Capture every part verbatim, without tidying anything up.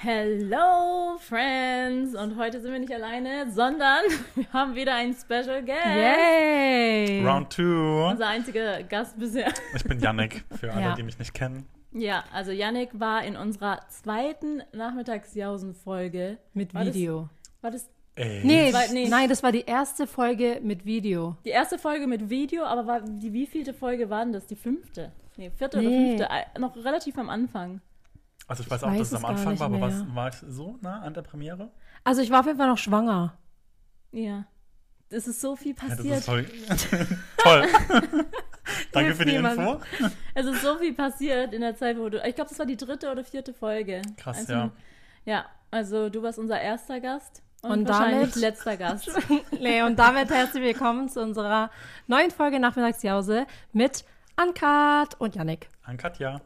Hello, Friends! Und heute sind wir nicht alleine, sondern wir haben wieder einen Special Guest. Yay! Round two. Unser einziger Gast bisher. Ich bin Yannick, für alle, Ja. die mich nicht kennen. Ja, also Yannick war in unserer zweiten Nachmittagsjausen-Folge. Mit War das- Video. War das Ey. Nee, Zwei- nee. nein, das war die erste Folge mit Video. die erste Folge mit Video, aber war die wievielte Folge war denn das? Die fünfte? Nee, vierte oder Nee. fünfte? Äh, Noch relativ am Anfang. Also ich weiß Ich auch, weiß dass es es am gar Anfang nicht war, aber mehr. was, war ich so nah an der Premiere? Also ich war auf jeden Fall noch schwanger. Ja. Es ist so viel Ja, das passiert. ist voll toll. Danke Hilft für die niemand. Info. Es ist so viel passiert in der Zeit, wo du. Ich glaube, das war die dritte oder vierte Folge. Krass, Eins ja. von- Ja, also du warst unser erster Gast und, Und wahrscheinlich damit- letzter Gast. Nee, und damit herzlich willkommen zu unserer neuen Folge Nachmittagsjause mit Ankat und Yannick. An Katja.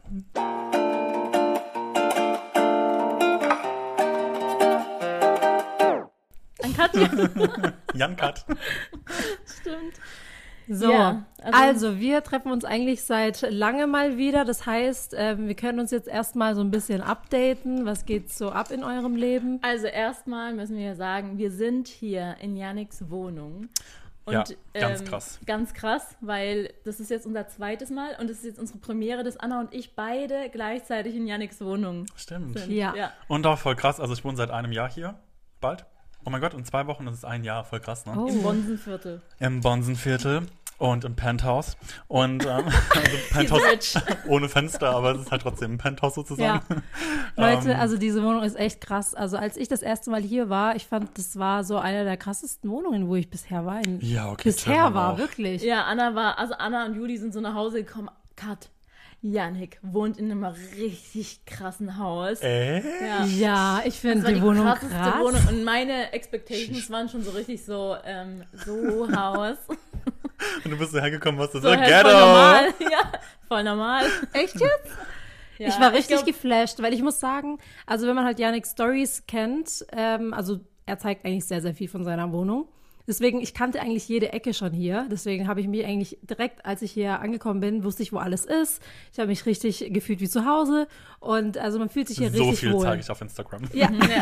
An Katja. Jan Kat. Stimmt. So, Ja, also, also- wir treffen uns eigentlich seit lange mal wieder. Das heißt, ähm, wir können uns jetzt erstmal so ein bisschen updaten. Was geht so ab in eurem Leben? Also erstmal müssen wir sagen, wir sind hier in Yannicks Wohnung. Und, Ja, ganz ähm, krass. Ganz krass, weil das ist jetzt unser zweites Mal und es ist jetzt unsere Premiere, dass Anna und ich beide gleichzeitig in Yannicks Wohnung Stimmt. sind. Ja. ja. Und auch voll krass, also ich wohne seit einem Jahr hier. Bald. Oh mein Gott, in zwei Wochen ist es ein Jahr. Voll krass, ne? Oh. Im Bonsenviertel. Im Bonsenviertel und im Penthouse. Und ähm, also Penthouse rich. ohne Fenster, aber es ist halt trotzdem ein Penthouse sozusagen. Ja. Leute, Ähm, also diese Wohnung ist echt krass. Also als ich das erste Mal hier war, ich fand, das war so eine der krassesten Wohnungen, wo ich bisher war. In, Ja, okay. bisher chillen wir war, auch. wirklich. Ja, Anna war, also Anna und Juli sind so nach Hause gekommen. Kat, Yannick wohnt in einem richtig krassen Haus. Äh? Ja. Ja, ich Das finde war die, die Wohnung krasseste krass. Wohnung. Und meine Expectations waren schon so richtig so, ähm, so Haus. Und du bist so hergekommen, was du So so, halt Ghetto. voll normal. Ja, voll normal. Echt jetzt? Ja, ich war richtig glaub, geflasht, weil ich muss sagen, also wenn man halt Yannick Stories kennt, ähm, also er zeigt eigentlich sehr, sehr viel von seiner Wohnung. Deswegen, ich kannte eigentlich jede Ecke schon hier. Deswegen habe ich mich eigentlich direkt, als ich hier angekommen bin, wusste ich, wo alles ist. Ich habe mich richtig gefühlt wie zu Hause. Und also man fühlt sich hier So richtig viel wohl. zeige ich auf Instagram. Ja, Ja.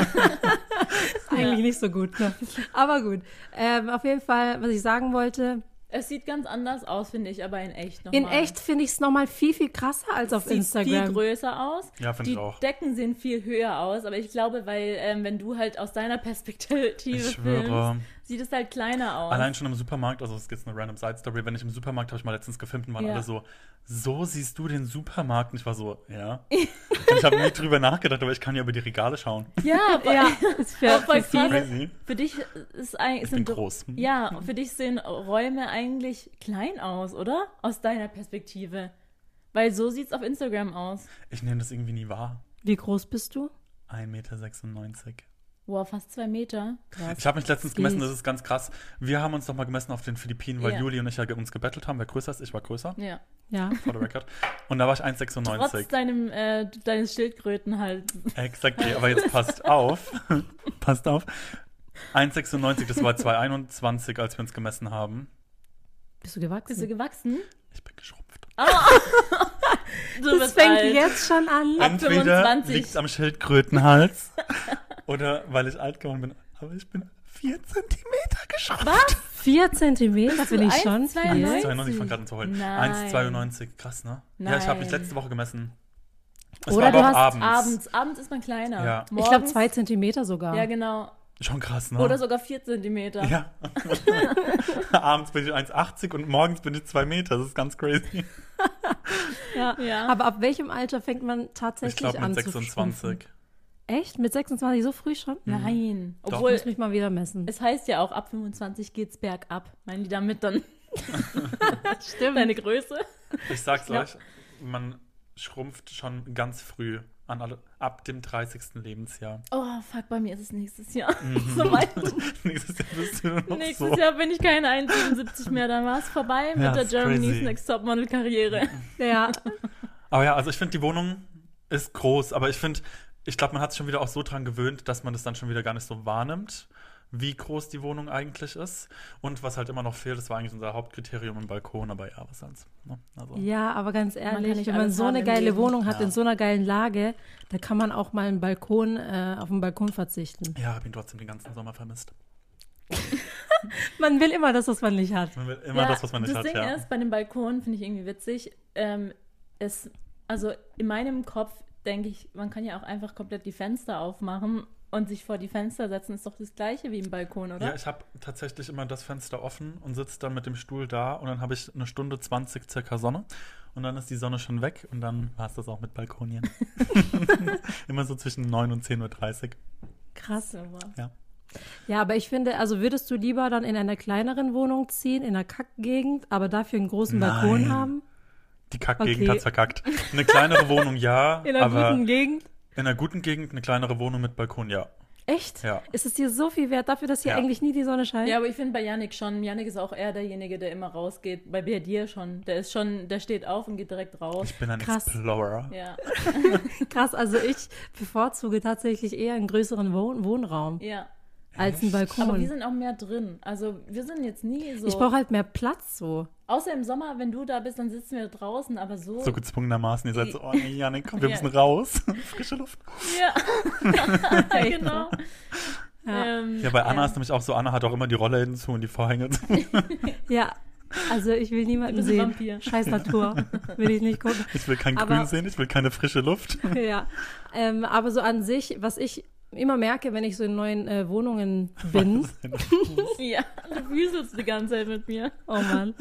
ist eigentlich nicht so gut. Ne? Aber gut. Ähm, auf jeden Fall, was ich sagen wollte, Es sieht ganz anders aus, finde ich, aber in echt noch in mal. echt finde ich es nochmal viel, viel krasser als auf Sieht Instagram. viel größer aus. Ja, finde Die ich auch. Decken sehen viel höher aus, aber ich glaube, weil, ähm, wenn du halt aus deiner Perspektive Ich schwöre. filmst, sieht es halt kleiner aus. Allein schon im Supermarkt, also es gibt eine random Side-Story, wenn ich im Supermarkt, habe ich mal letztens gefilmt und waren Ja. alle so, so siehst du den Supermarkt? Und ich war so, ja. Und ich habe nicht drüber nachgedacht, aber ich kann ja über die Regale schauen. Ja, aber Ja, ist für, auch voll für viele. krass. Crazy. Für dich ist eigentlich. Ich bin sind- groß. Hm? Ja, für dich sehen Räume eigentlich klein aus, oder? Aus deiner Perspektive. Weil so sieht es auf Instagram aus. Ich nehme das irgendwie nie wahr. Wie groß bist du? ein Meter sechsundneunzig. Wow, fast zwei Meter. Krass. Ich habe mich letztens Das gemessen, geht. das ist ganz krass. Wir haben uns doch mal gemessen auf den Philippinen, weil Ja. Juli und ich ja uns gebettelt haben, wer größer ist. Ich war größer, Ja. Ja. for the record. Und da war ich eins Trotz sechsundneunzig. deinem, äh, deines Schildkrötenhalts. Exakt, okay, aber jetzt passt auf. Passt auf. eins sechsundneunzig, das war zwei einundzwanzig, als wir uns gemessen haben. Bist du gewachsen? Bist du gewachsen? Ich bin geschrumpft. Du das bist fängt alt. jetzt schon an. Ab Entweder fünfundzwanzig. liegt es am Schildkrötenhals oder weil ich alt geworden bin. Aber ich bin vier Zentimeter geschrumpft. Was? Vier Zentimeter Bist du finde ich schon eins Komma zweiundneunzig? viel. eins Komma zweiundneunzig, ich fange gerade an zu heulen. Nein. eins Komma zweiundneunzig, krass, ne? Ja, ich habe mich Nein. letzte Woche gemessen. Es Oder war du aber auch hast abends. Abends. Abends ist man kleiner. Ja. Ich glaube Morgens- zwei Zentimeter sogar. Ja, genau. Schon krass, ne? Oder sogar vier Zentimeter. Ja. Abends bin ich eins Komma achtzig und morgens bin ich zwei Meter. Das ist ganz crazy. Ja. Ja. Aber ab welchem Alter fängt man Ich tatsächlich glaube an mit zu schrumpfen? sechsundzwanzig. Echt? Mit sechsundzwanzig so früh schon? Nein. Doch. Ich Obwohl, muss mich mal wieder messen. es heißt ja auch, ab fünfundzwanzig geht's bergab. Meinen die damit dann Stimmt. deine Größe? Ich sag's Ja. euch, man schrumpft schon ganz früh an alle, ab dem dreißigsten Lebensjahr. Oh, fuck, bei mir ist es nächstes Jahr. Mhm. So weit. Nächstes Jahr bist du nur noch Nächstes so. Jahr bin ich keine eins Komma siebenundsiebzig mehr. Dann war es vorbei mit Ja, der ist Germany's crazy. Next Topmodel-Karriere. Ja. Aber ja, also ich finde, die Wohnung ist groß, aber ich finde, ich glaube, man hat sich schon wieder auch so dran gewöhnt, dass man das dann schon wieder gar nicht so wahrnimmt, wie groß die Wohnung eigentlich ist. Und was halt immer noch fehlt, das war eigentlich unser Hauptkriterium im Balkon, aber ja, was sonst. Ne? Also. Ja, aber ganz kann ehrlich, nicht wenn man alles so haben eine im geile Leben. Wohnung hat, Ja. in so einer geilen Lage, da kann man auch mal einen Balkon, äh, auf den Balkon verzichten. Ja, habe ihn trotzdem den ganzen Sommer vermisst. Man will immer das, was man nicht hat. Man will immer Ja, das, was man nicht das hat, Ding ja. ist, bei dem Balkon finde ich irgendwie witzig, ähm, es, also in meinem Kopf denke ich, man kann ja auch einfach komplett die Fenster aufmachen und sich vor die Fenster setzen, ist doch das Gleiche wie im Balkon, oder? Ja, ich habe tatsächlich immer das Fenster offen und sitze dann mit dem Stuhl da und dann habe ich eine Stunde zwanzig circa Sonne und dann ist die Sonne schon weg und dann war es das auch mit Balkonien. Immer so zwischen neun und zehn Uhr dreißig. Krass. So, Ja. Ja, aber ich finde, also würdest du lieber dann in einer kleineren Wohnung ziehen, in einer Kackgegend, aber dafür einen großen Balkon Nein. haben? Die Kackgegend Okay. hat's verkackt. Eine kleinere Wohnung, ja, In einer aber guten Gegend? in einer guten Gegend eine kleinere Wohnung mit Balkon, ja. Echt? Ja. Ist es dir so viel wert dafür, dass hier Ja. eigentlich nie die Sonne scheint? Ja, aber ich finde bei Yannick schon, Yannick ist auch eher derjenige, der immer rausgeht. Bei dir schon. Der ist schon, der steht auf und geht direkt raus. Ich bin ein Krass. Explorer. Ja, Krass, also ich bevorzuge tatsächlich eher einen größeren Wohn Wohnraum ja. als einen Balkon. Aber wir sind auch mehr drin. Also wir sind jetzt nie so. ich brauche halt mehr Platz so. Außer im Sommer, wenn du da bist, dann sitzen wir draußen, aber so. So gezwungenermaßen. Ihr seid so, oh nee, Janik, komm, wir Ja. müssen raus. Frische Luft. Ja, genau. Ja. Ähm, Ja, bei Anna ja. ist nämlich auch so, Anna hat auch immer die Rollläden zu und die Vorhänge zu. Ja, also ich will niemanden Du bist ein sehen. Vampir. Scheiß Natur. Will ich nicht gucken. Ich will kein Aber- Grün sehen, ich will keine frische Luft. Ja, ähm, aber so an sich, was ich immer merke, wenn ich so in neuen äh, Wohnungen bin, Ja, du wüselst die ganze Zeit mit mir. oh Mann,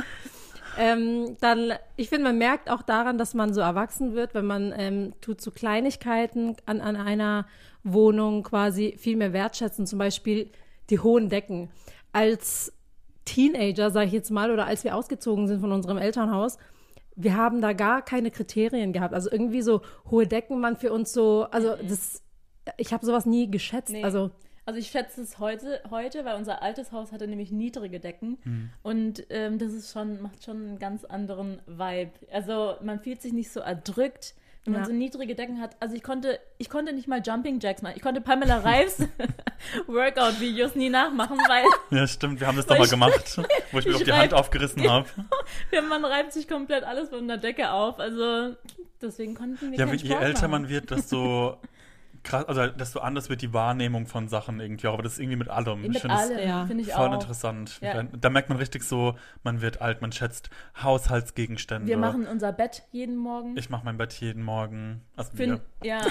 ähm, dann, ich finde, man merkt auch daran, dass man so erwachsen wird, wenn man ähm, tut so Kleinigkeiten an, an einer Wohnung quasi viel mehr wertschätzen, zum Beispiel die hohen Decken. Als Teenager, sage ich jetzt mal, oder als wir ausgezogen sind von unserem Elternhaus, wir haben da gar keine Kriterien gehabt. Also irgendwie so hohe Decken waren für uns so, also das, ich habe sowas nie geschätzt. Nee. Also Also ich schätze es heute, heute, weil unser altes Haus hatte nämlich niedrige Decken Hm. und ähm, das ist schon, macht schon einen ganz anderen Vibe. Also man fühlt sich nicht so erdrückt, wenn man Ja. so niedrige Decken hat. Also ich konnte, ich konnte nicht mal Jumping Jacks machen. Ich konnte Pamela Reifs Workout-Videos nie nachmachen, weil Ja, stimmt, wir haben das Weil doch mal ich- gemacht, wo ich mir ich doch die reib- Hand aufgerissen habe. man reibt sich komplett alles von der Decke auf. Also deswegen konnten wir Ja, keinen wie- je Sport älter machen. man wird, desto krass, also desto anders wird die Wahrnehmung von Sachen irgendwie auch, aber das ist irgendwie mit allem. Ich Mit finde das allem, ja, finde ich voll auch. interessant. Ja. Da, da merkt man richtig so, man wird alt, man schätzt Haushaltsgegenstände. Wir machen unser Bett jeden Morgen. Ich mache mein Bett jeden Morgen. Also Fin- wir. ja,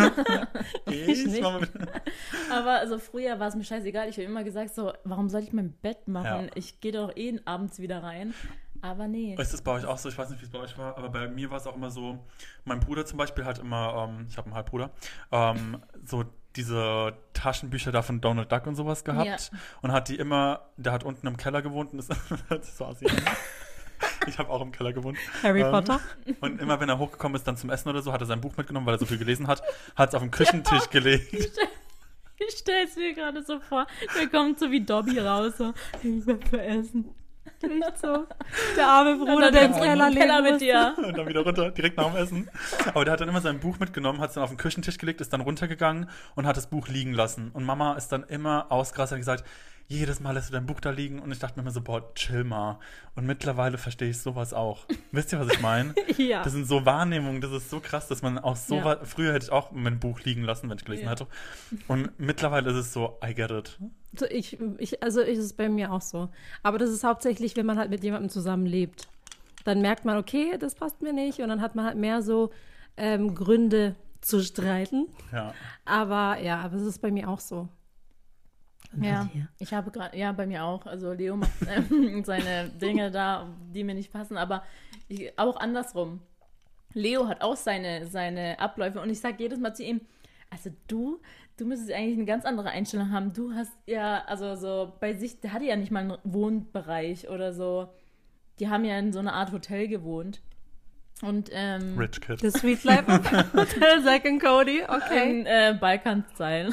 Ich nicht. mach mein- aber also früher war es mir scheißegal. Ich habe immer gesagt so, warum soll ich mein Bett machen? Ja. Ich gehe doch eh abends wieder rein. Aber nee. Ist das bei euch auch so? Ich weiß nicht, wie es bei euch war, aber bei mir war es auch immer so, mein Bruder zum Beispiel hat immer, ähm, ich habe einen Halbbruder, ähm, so diese Taschenbücher da von Donald Duck und sowas gehabt Ja. und hat die immer, der hat unten im Keller gewohnt und das, das war assi. Ich habe auch im Keller gewohnt. Harry Ähm, Potter. Und immer wenn er hochgekommen ist, dann zum Essen oder so, hat er sein Buch mitgenommen, weil er so viel gelesen hat, hat es auf den Küchentisch gelegt. Ich stelle es mir gerade so vor, der kommt so wie Dobby raus, so, ich will für Essen. Nicht so. Der arme Bruder, dann der im ins Keller leben Keller mit musste. dir. Und dann wieder runter, direkt nach dem Essen. Aber der hat dann immer sein Buch mitgenommen, hat es dann auf den Küchentisch gelegt, ist dann runtergegangen und hat das Buch liegen lassen. Und Mama ist dann immer ausgerastet und gesagt, jedes Mal lässt du dein Buch da liegen. Und ich dachte mir immer so, boah, chill mal. Und mittlerweile verstehe ich sowas auch. Wisst ihr, was ich meine? Ja. Das sind so Wahrnehmungen, das ist so krass, dass man auch so Ja. wa- früher hätte ich auch mein Buch liegen lassen, wenn ich gelesen Ja. hätte. Und mittlerweile ist es so, I get it. So, ich, ich, also ist es bei mir auch so. Aber das ist hauptsächlich, wenn man halt mit jemandem zusammenlebt. Dann merkt man, okay, das passt mir nicht. Und dann hat man halt mehr so ähm, Gründe zu streiten. Ja. Aber ja, aber es ist bei mir auch so. Und Ja, bei dir? ich habe gerade, ja, bei mir auch. Also Leo macht ähm, seine Dinge da, die mir nicht passen, aber ich, auch andersrum. Leo hat auch seine, seine Abläufe und ich sage jedes Mal zu ihm, also du, du müsstest eigentlich eine ganz andere Einstellung haben. Du hast ja, also so bei sich, der hatte ja nicht mal einen Wohnbereich oder so. Die haben ja in so einer Art Hotel gewohnt. Und ähm, Rich Kid. The Sweet Life of Hotel Zack and Cody, okay. in äh, Balkan-Style.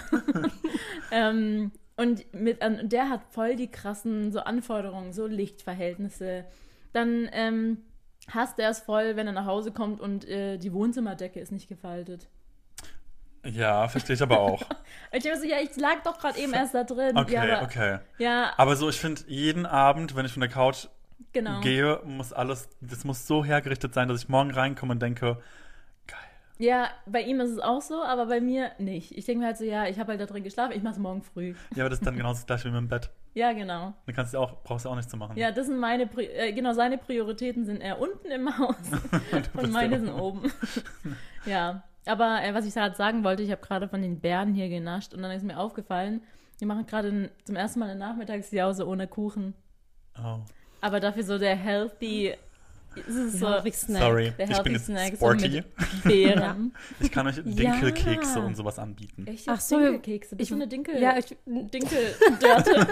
ähm, und mit, an, der hat voll die krassen so Anforderungen, so Lichtverhältnisse. Dann ähm, hasst er es voll, wenn er nach Hause kommt und äh, die Wohnzimmerdecke ist nicht gefaltet. Ja, verstehe ich aber auch. Ich denke so, ja, ich lag doch gerade eben erst da drin. Okay, ja, aber, okay. Ja, Aber so, ich finde, jeden Abend, wenn ich von der Couch genau. gehe, muss alles, das muss so hergerichtet sein, dass ich morgen reinkomme und denke, geil. Ja, bei ihm ist es auch so, aber bei mir nicht. Ich denke mir halt so, ja, ich habe halt da drin geschlafen, ich mache es morgen früh. Ja, aber das ist dann genauso das gleiche wie mit dem Bett. Ja, genau. Dann kannst du auch, brauchst du auch nichts zu machen. Ja, das sind meine, Pri äh, genau, seine Prioritäten sind eher unten im Haus und meine sind oben. Ja, aber äh, was ich gerade sagen wollte, ich habe gerade von den Beeren hier genascht und dann ist mir aufgefallen, wir machen gerade zum ersten Mal eine Nachmittagsjause ohne Kuchen. Oh. Aber dafür so der healthy, es ist so Healthy Snack. Sorry, der ich bin healthy jetzt Snack so sporty. mit Beeren. Ich kann euch Dinkelkekse Ja. und sowas anbieten. Echt? Ach so, Dinkelkekse. Bist ich- du eine Dinkel? Ja, ich, ich Dinkel-Dörte.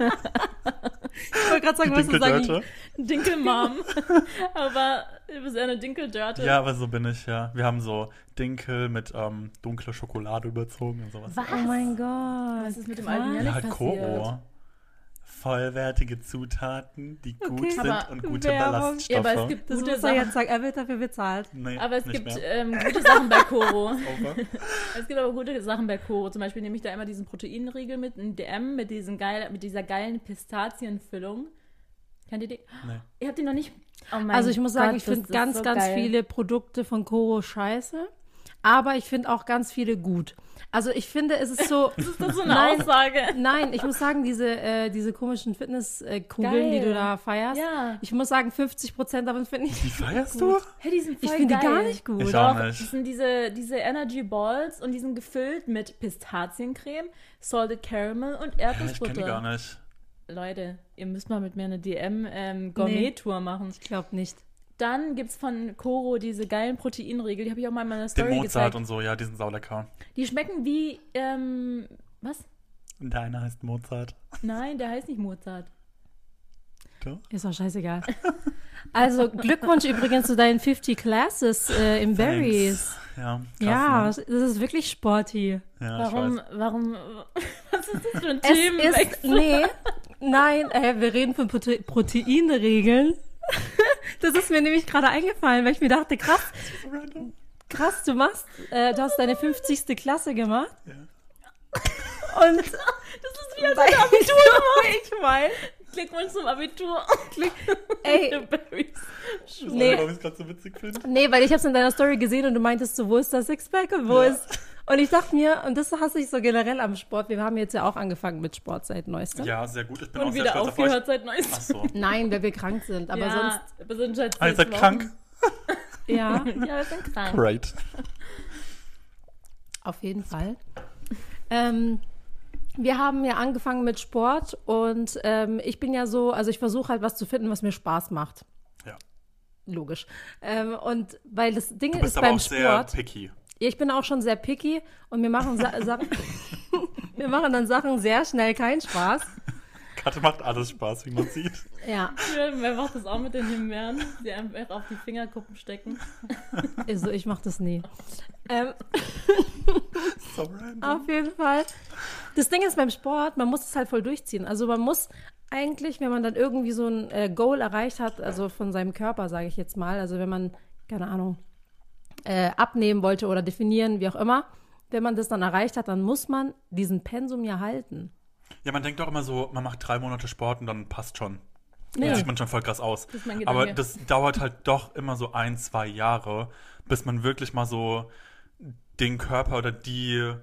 wollte gerade sagen, was du sagen. Dinkeldörte? Dinkel-Mom. Aber du bist eher eine Dinkel-Dörte. Ja, aber so bin ich, ja. Wir haben so Dinkel mit ähm, dunkler Schokolade überzogen und sowas. Was? Oh mein Gott. Was ist mit dem krass. alten Janik Ja, halt passiert? Koro. Vollwertige Zutaten, die gut Okay. sind Aber und gute Werbung. Ballaststoffe. Ja, aber es gibt Das gute muss er Sachen. jetzt sagen. Er wird dafür bezahlt. Nee, Aber es nicht gibt mehr. ähm, gute Sachen bei Koro. Over. Es gibt aber gute Sachen bei Koro. Zum Beispiel nehme ich da immer diesen Proteinriegel mit, ein D M mit, diesen geil, mit dieser geilen Pistazienfüllung. Kennt ihr die? Nee. Ihr habt die noch nicht? Oh mein Also ich muss sagen, Gott, ich das finde ist ganz, so ganz geil. viele Produkte von Koro scheiße. Aber ich finde auch ganz viele gut. Also ich finde, es ist so... Ist das so eine Nein. Aussage? Nein, ich muss sagen, diese, äh, diese komischen Fitnesskugeln, die Geil. du da feierst, Ja. ich muss sagen, fünfzig Prozent davon finde ich Die feierst du? Hey, die sind voll Ich finde die geil. gar nicht gut. Ich Doch, auch nicht. das sind diese, diese Energy Balls und die sind gefüllt mit Pistaziencreme, Salted Caramel und Ja, ich Erdnussbutter. kenne die gar nicht. Leute, ihr müsst mal mit mir eine D M ähm, Gourmet-Tour machen. Ich glaube nicht. Dann gibt's von Koro diese geilen Proteinriegel, die habe ich auch mal in meiner Den Story Mozart gezeigt. und so, ja, die sind saulecker. Die schmecken wie, ähm, was? Und deiner heißt Mozart. Nein, der heißt nicht Mozart. Du? Ist auch scheißegal. Also Glückwunsch übrigens zu deinen fünfzig Classes äh, im Berries. Thanks. Ja, krass, Ja, ne? das ist wirklich sporty. Ja, Warum, ich weiß. warum, was ist das für ein Es Themenwechsel? ist, nee, nein, äh, wir reden von Prote Proteinregeln. Das ist mir nämlich gerade eingefallen, weil ich mir dachte, krass, Random. krass, du machst, äh, du hast deine fünfzigste Klasse gemacht. Ja. Und das ist wie als ein Abitur. Ich meine, Glückwunsch zum Abitur. ey, Berries. Nee. Nee. Warum ich es gerade so witzig finde? nee, weil ich habe es in deiner Story gesehen und du meintest so, wo ist das Sixpack und wo Ja. ist... Und ich dachte mir, und das hasse ich so generell am Sport, wir haben jetzt ja auch angefangen mit Sport seit neuestem. Ja, sehr gut. Ich bin Und auch sehr wieder stolz auf euch. aufgehört seit neuestem. Ach so. Nein, weil wir krank sind, aber ja, sonst, wir sind seit Ah, ihr seid sechs krank? Wochen. ja, Ja, wir sind krank. Great. auf jeden Fall. Ähm, wir haben ja angefangen mit Sport und ähm, ich bin ja so, also ich versuche halt was zu finden, was mir Spaß macht. Ja. Logisch. Ähm, und weil das Ding Du bist ist aber beim auch sehr Sport, picky. ja, ich bin auch schon sehr picky und mir machen Sa Sachen, mir machen dann Sachen sehr schnell keinen Spaß. Katze macht alles Spaß, wie man sieht. Ja, Ja, wer macht das auch mit den Himbeeren? Die einfach auf die Fingerkuppen stecken. also ich mache das nie. Ähm, So random. Auf jeden Fall. Das Ding ist beim Sport, man muss es halt voll durchziehen. Also man muss eigentlich, wenn man dann irgendwie so ein äh, Goal erreicht hat, also von seinem Körper, sage ich jetzt mal, also wenn man, keine Ahnung, äh, abnehmen wollte oder definieren, wie auch immer, wenn man das dann erreicht hat, dann muss man diesen Pensum ja halten. Ja, man denkt doch immer so, man macht drei Monate Sport und dann passt schon. Nee. Dann sieht man schon voll krass aus. Das ist mein Aber Gedanke. das dauert halt doch immer so ein, zwei Jahre, bis man wirklich mal so den Körper oder die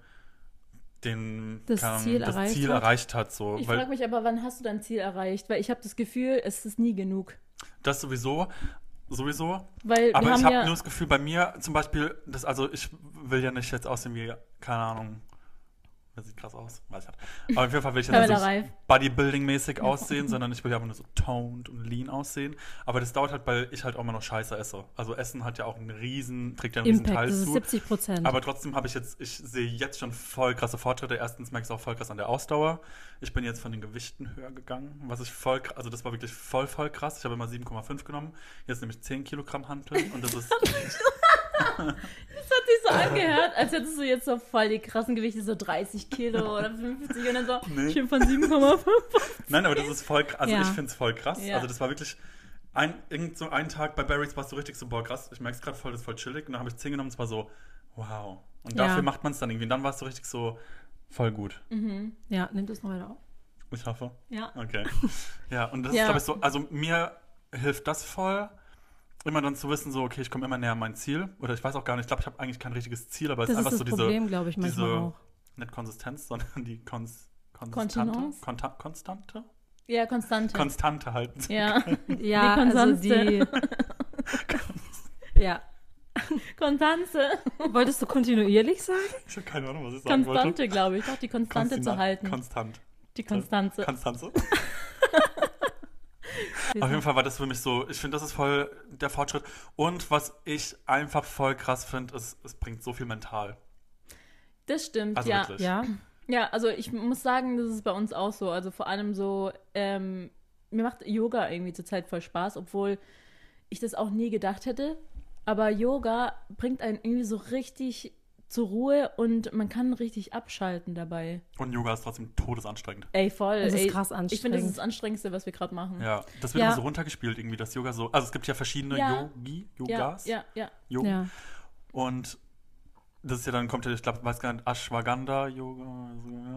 den Das keine Ahnung, Ziel das erreicht Ziel hat. erreicht hat. So. Ich Weil frage mich aber, wann hast du dein Ziel erreicht? Weil ich habe das Gefühl, es ist nie genug. das sowieso, sowieso. Weil Aber wir ich haben habe ja, nur das Gefühl, bei mir zum Beispiel, das, also ich will ja nicht jetzt aussehen wie, keine Ahnung, das sieht krass aus, weiß ich nicht. Aber auf jeden Fall will ich ja Pamela nicht so Reif. Bodybuilding-mäßig aussehen, sondern ich will ja einfach nur so toned und lean aussehen. Aber das dauert halt, weil ich halt auch immer noch Scheiße esse. Also Essen hat ja auch einen riesen, trägt ja einen riesen Impact, Teil das ist zu. siebzig Prozent. Aber trotzdem habe ich jetzt, ich sehe jetzt schon voll krasse Fortschritte. Erstens merke ich es auch voll krass an der Ausdauer. Ich bin jetzt von den Gewichten höher gegangen, was ich voll, kr- also das war wirklich voll, voll krass. Ich habe immer sieben Komma fünf genommen, jetzt nehme ich zehn Kilogramm Hanteln und das ist, Das hat sich so angehört, als hättest du jetzt so voll die krassen Gewichte, so dreißig Kilo oder fünfzig und dann so, Nee. schön von sieben Komma fünf. nein, aber das ist voll, kr- also Ja. ich finde es voll krass. Ja. Also das war wirklich, ein, irgend so ein Tag bei Barry's warst du richtig so, boah krass, ich merke es gerade voll, das ist voll chillig. Und dann habe ich zehn genommen, es war so, Wow. Und Ja. dafür macht man es dann irgendwie. Und dann war es so richtig so voll gut. Mhm. Ja, nimm das noch weiter auf. Ich hoffe. Ja. Okay. Ja, und das Ja. ist, glaube ich, so, also mir hilft das voll, immer dann zu wissen, so, okay, ich komme immer näher an mein Ziel. Oder ich weiß auch gar nicht, ich glaube, ich habe eigentlich kein richtiges Ziel, aber es Das ist ist einfach das so Problem, glaube ich, diese, manchmal diese, auch. nicht Konsistenz, sondern die Kons, Konstante. Kontinence? Konta Konstante? Ja, Konstante. Konstante halten. ja, Ja, Die also Konstanze. die. Ja. Konstanze. Wolltest du kontinuierlich sagen? Ich habe keine Ahnung, was ich sagen wollte. Konstante, glaube ich. Doch, die Konstante Konstina- zu halten. Konstant. Die Konstanze. Konstanze. Auf jeden Fall war das für mich so, ich finde, das ist voll der Fortschritt. Und was ich einfach voll krass finde, ist, es bringt so viel mental. Das stimmt, Also ja. wirklich. Ja. Ja, also ich muss sagen, das ist bei uns auch so. Also vor allem so, ähm, mir macht Yoga irgendwie zurzeit voll Spaß, obwohl ich das auch nie gedacht hätte. Aber Yoga bringt einen irgendwie so richtig zur Ruhe und man kann richtig abschalten dabei. Und Yoga ist trotzdem todesanstrengend. Ey, voll. Es ist ey, krass anstrengend. Ich finde, das ist das Anstrengendste, was wir gerade machen. Ja, das wird Ja. immer so runtergespielt irgendwie, das Yoga so. Also es gibt ja verschiedene Ja. Yogi, Ja, Yogas. ja, ja. Yoga. Ja. Und das ist ja dann, kommt ja, ich glaube, weiß gar nicht, Ashwagandha Yoga.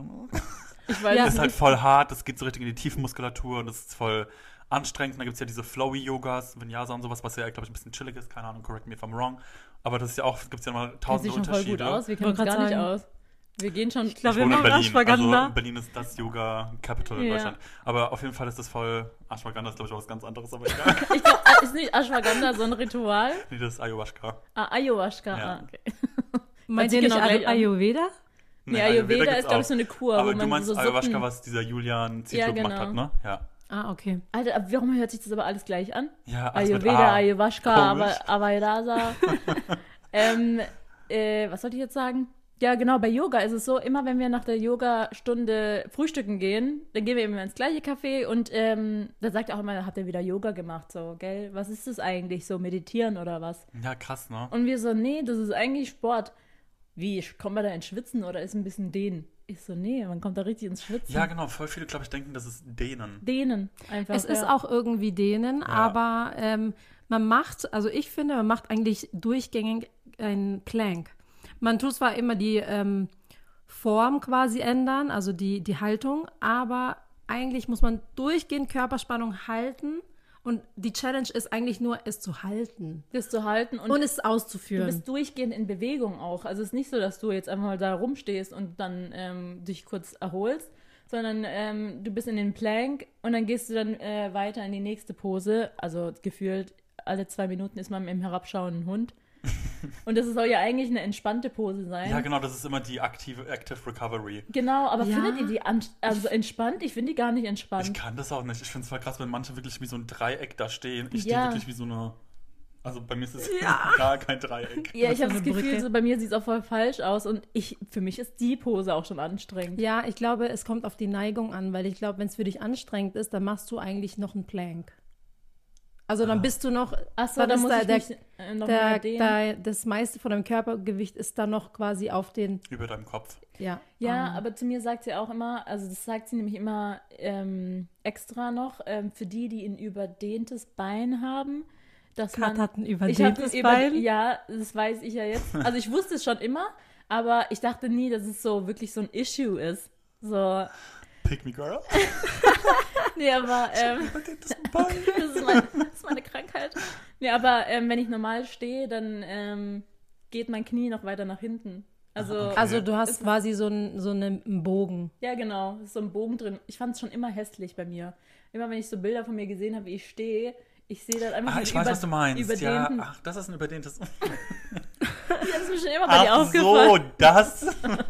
Ich weiß Ja. Das ist nicht. halt voll hart, das geht so richtig in die Tiefenmuskulatur und das ist voll anstrengend. Und dann gibt es ja diese Flowy-Yogas, Vinyasa und sowas, was ja, glaube ich, ein bisschen chillig ist. Keine Ahnung, correct me if I'm wrong. Aber das ist ja auch, gibt es ja mal Das tausende sieht schon voll Unterschiede. gut aus. Wir kennen uns Wollte gar grad nicht sagen. aus. Wir gehen schon. Ich glaube, Ich wir wohne in machen Berlin. Ashwagandha. Also Berlin ist das Yoga-Capital in Ja. Deutschland. Aber auf jeden Fall ist das voll, Ashwagandha ist, glaube ich, auch was ganz anderes, aber egal. Ich glaube, ist nicht Ashwagandha so ein Ritual? Nee, das ist Ayahuasca. Ah, Ayahuasca. Ja. Ah, okay. Meint sieht ihr nicht genau gleich Ay- an. Ayurveda? Nee, Ayurveda, gibt's ist, glaube auch. ich, so eine Kur, Aber wo du man meinst so Ayahuasca, Suppen... was dieser Julian Zietlow Ja, gemacht genau. hat, ne? Ja. Ah, okay. Alter, aber warum hört sich das aber alles gleich an? Ja, alles mit Ayurveda, A. Ayahuasca, Komisch. Ava- Avairasa. ähm, äh, was sollte ich jetzt sagen? Ja, genau, bei Yoga ist es so, immer wenn wir nach der Yoga-Stunde frühstücken gehen, dann gehen wir immer ins gleiche Café und ähm, da sagt er auch immer, habt ihr wieder Yoga gemacht, so, gell? Was ist das eigentlich, so meditieren oder was? Ja, krass, ne? Und wir so, nee, das ist eigentlich Sport. Wie, kommt man da ins Schwitzen oder ist ein bisschen Dehnen? Ich so, nee, man kommt da richtig ins Schwitzen. Ja, genau. Voll viele, glaube ich, denken, das ist Dehnen. Dehnen einfach. Es ist ja. auch irgendwie denen, aber ähm, man macht, also ich finde, man macht eigentlich durchgängig einen Plank. Man tut zwar immer die ähm, Form quasi ändern, also die, die Haltung, aber eigentlich muss man durchgehend Körperspannung halten und die Challenge ist eigentlich nur, es zu halten das zu halten und, und es du auszuführen. bist durchgehend in Bewegung auch. Also es ist nicht so, dass du jetzt einfach mal da rumstehst und dann ähm, dich kurz erholst, sondern ähm, du bist in den Plank und dann gehst du dann äh, weiter in die nächste Pose. Also gefühlt alle zwei Minuten ist man im herabschauenden Hund. Und das soll ja eigentlich eine entspannte Pose sein. Ja, genau. Das ist immer die aktive Active Recovery. Genau, aber Ja. findet ihr die an, also entspannt? Ich finde die gar nicht entspannt. Ich kann das auch nicht. Ich finde es voll krass, wenn manche wirklich wie so ein Dreieck da stehen. Ich Ja. stehe wirklich wie so eine... Also bei mir ist es gar kein Dreieck. Ja, ich so habe das eine Gefühl, Brücke. so bei mir sieht es auch voll falsch aus und ich, für mich ist die Pose auch schon anstrengend. Ja, ich glaube, es kommt auf die Neigung an, weil ich glaube, wenn es für dich anstrengend ist, dann machst du eigentlich noch einen Plank. Also dann bist du noch, Achso, dann da ist muss da ich der- mich äh, noch mal der, dehnen. der, das meiste von deinem Körpergewicht ist dann noch quasi auf den, Über deinem Kopf. ja. Ja, ähm, aber zu mir sagt sie auch immer, also das sagt sie nämlich immer ähm, extra noch, ähm, für die, die ein überdehntes Bein haben, dass Kat man... hat ein Ich hab überdehntes ein über- Bein. Ja, das weiß ich ja jetzt. Also ich wusste es schon immer, aber ich dachte nie, dass es so wirklich so ein Issue ist. So, Pick me girl. nee, aber... Ähm, Das Bein. das, ist mein, das ist meine Krankheit. Nee, aber ähm, wenn ich normal stehe, dann ähm, geht mein Knie noch weiter nach hinten. Also, Ah, okay. Also du hast Ist- quasi so, ein, so einen Bogen. ja genau, ist so ein Bogen drin. Ich fand es schon immer hässlich bei mir. Immer wenn ich so Bilder von mir gesehen habe, wie ich stehe, ich sehe dann einfach Ah, einen ich weiß, über- was du meinst. Ja, überdehnten... ach, das ist ein überdehntes... Ja, das ist mir schon immer bei dir Ach aufgefallen. so, das...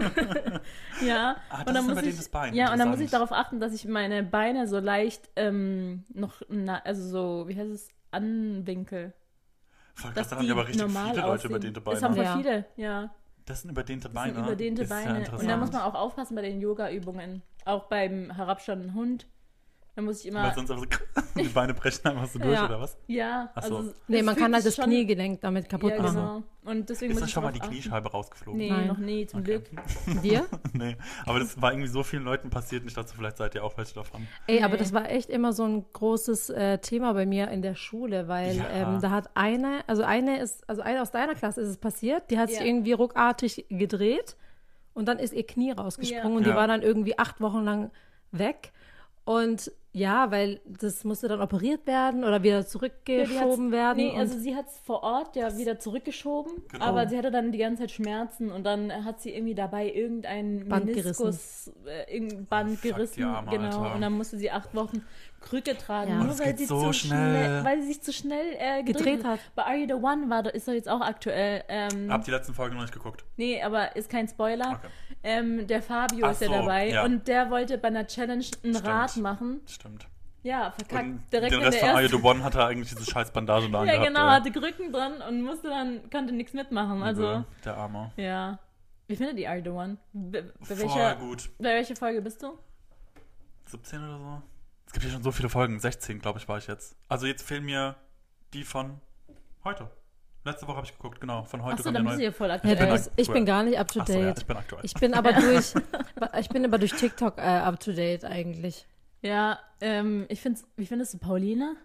Ja, Ah, das und dann ist ein muss überdehntes ich, Bein. ja, und dann muss ich Interessant. darauf achten, dass ich meine Beine so leicht ähm, noch, na, also so, wie heißt es, anwinkel. Voll krass, Dass dann haben die ja aber richtig normal viele Leute aussehen. überdehnte Das haben Beine. voll Ja. viele, ja. Das sind überdehnte Das Beine. sind überdehnte ist ja Beine. Und da interessant. muss man auch aufpassen bei den Yoga-Übungen. Auch beim herabstehenden Hund. Dann muss ich Weil immer, sonst einfach so die Beine brechen einfach so durch, Ja. oder was? ja, Ach so. also. Nee, es man fühlt kann halt sich das schon- Kniegelenk damit kaputt Ja, machen. genau. Und deswegen Ist muss dann ich schon mal drauf die achten. Kniescheibe rausgeflogen? Nee, Nein. noch nie, zum Okay. Glück. Dir? Nee, aber das war irgendwie so vielen Leuten passiert und ich dachte, vielleicht seid ihr auch welche davon. Ey, aber Nee. das war echt immer so ein großes äh, Thema bei mir in der Schule, weil Ja. ähm, da hat eine, also eine ist, also eine aus deiner Klasse ist es passiert, die hat sich Ja. irgendwie ruckartig gedreht und dann ist ihr Knie rausgesprungen Ja. und die Ja. war dann irgendwie acht Wochen lang weg. Und ja, weil das musste dann operiert werden oder wieder Ja, die zurückgeschoben hat's- werden. Nee, und also sie hat es vor Ort ja wieder zurückgeschoben, Genau. aber sie hatte dann die ganze Zeit Schmerzen und dann hat sie irgendwie dabei irgendein Band Meniskus, äh, irgendein Band Oh, fuck, die gerissen, Arme, genau, Alter. und dann musste sie acht Wochen Krücke tragen, Ja. nur Das weil geht sie so zu schnell. weil sie sich zu schnell äh, gedreht, Gedreht hat. Bei Are You the One war, da- ist doch jetzt auch aktuell, ähm, Hab die letzten Folgen noch nicht geguckt. nee, aber ist kein Spoiler. Okay. Ähm, der Fabio Ach ist ja so, dabei ja. und der wollte bei einer Challenge ein Stimmt. Rad machen. Stimmt. Ja, verkackt Und direkt den in Rest der von Are You ersten. the One hat er eigentlich diese scheiß Bandage da Ja, gehabt. genau, ey. hatte Krücken dran und musste dann, konnte nichts mitmachen. Also, Übel, der Arme. ja. Wie findet ihr Are You the One? Bei, bei, Voll welcher, gut. bei welcher Folge bist du? siebzehn oder so? Es gibt ja schon so viele Folgen. sechzehn, glaube ich, war ich jetzt. Also jetzt fehlen mir die von heute. Letzte Woche habe ich geguckt, genau. Von heute Achso, kommt dann der bist neue. du ja voll Ja, aktuell. bin du bist, ich aktuell. bin gar nicht up to Achso, ja, date. ich bin aktuell. Ich bin aber durch, ich bin aber durch TikTok äh, up to date eigentlich. Ja, ähm, ich find's, wie findest du Pauline?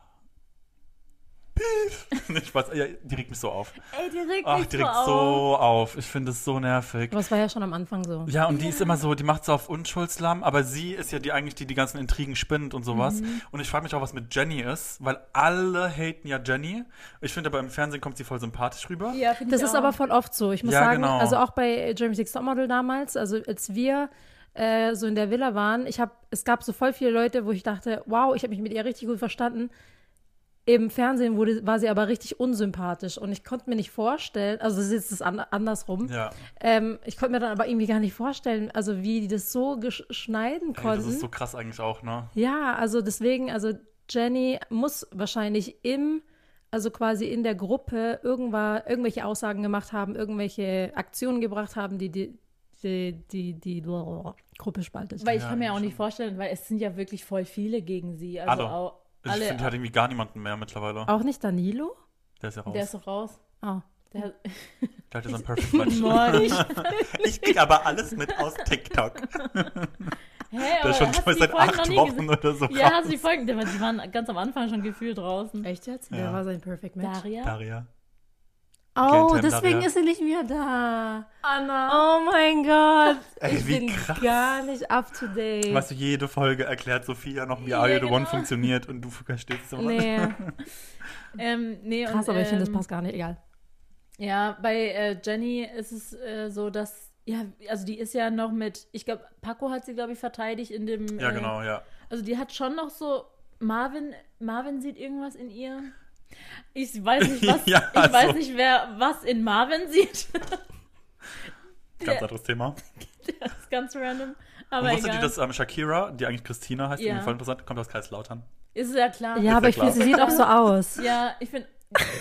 ich weiß, ja, die regt mich so auf. Ey, die regt Ach, mich die so regt auf. so auf. Ich finde es so nervig. Aber es war ja schon am Anfang so. Ja, und die ist immer so, die macht so auf Unschuldslamm, aber sie ist ja die eigentlich, die die ganzen Intrigen spinnt und sowas. Mhm. Und ich frage mich auch, was mit Jenny ist, weil alle haten ja Jenny. Ich finde aber im Fernsehen kommt sie voll sympathisch rüber. Ja, find Das ich ist auch. aber voll oft so. Ich muss Ja, sagen, genau. also auch bei Jeremy Six Topmodel damals, also als wir äh, so in der Villa waren, ich habe, es gab so voll viele Leute, wo ich dachte, wow, ich habe mich mit ihr richtig gut verstanden. Im Fernsehen wurde, war sie aber richtig unsympathisch und ich konnte mir nicht vorstellen, also das ist jetzt das an, andersrum, Ja, ähm, ich konnte mir dann aber irgendwie gar nicht vorstellen, also wie die das so gesch- schneiden ey, konnten. das ist so krass eigentlich auch, ne? Ja, also deswegen, also Jenny muss wahrscheinlich im, also quasi in der Gruppe irgendwann irgendwelche Aussagen gemacht haben, irgendwelche Aktionen gebracht haben, die die, die, die, die, die Gruppe spaltet. Weil ich Ja, kann mir auch schon. nicht vorstellen, weil es sind ja wirklich voll viele gegen sie. Also Alle. auch Ich alle. finde, die hat irgendwie gar niemanden mehr mittlerweile. Auch nicht Danilo? Der ist ja raus. Der ist doch raus. Oh. Der, Der hat ja so ein Perfect Match. Morgen. Ich krieg aber alles mit aus TikTok. Hä, Der aber ist schon hast du die seit Folgen acht noch nie Wochen gesehen? oder so Ja, raus. hast du die Folgen, die die waren ganz am Anfang schon gefühlt draußen. Echt jetzt? Ja. Wer war sein Perfect Match? Daria? Daria. Oh, Game Time deswegen Daria. ist sie nicht mehr da. Anna. Oh mein Gott. Ey, ich wie bin krass. gar nicht up to date. Weißt du, jede Folge erklärt Sophia noch, wie Ja, Are You the One genau. funktioniert und du verstehst es immer. Nee. Ähm, nee, Krass, und, aber ich finde, das ähm, passt gar nicht. Egal. Ja, bei äh, Jenny ist es äh, so, dass, ja, also die ist ja noch mit, ich glaube, Paco hat sie, glaube ich, verteidigt in dem. Ja, äh, genau, ja. Also die hat schon noch so, Marvin, Marvin sieht irgendwas in ihr. Ich weiß nicht, was, Ja, ich also. weiß nicht, wer was in Marvin sieht. Ganz der, anderes Thema. der ist ganz random. Und Aber wusstet egal. ihr, dass ähm, Shakira, die eigentlich Christina heißt, Ja. irgendwie voll interessant, kommt aus Kaiserslautern? Ist ja klar. Ja, aber ja ich finde, klar. sie sieht auch so aus. Ja, ich finde,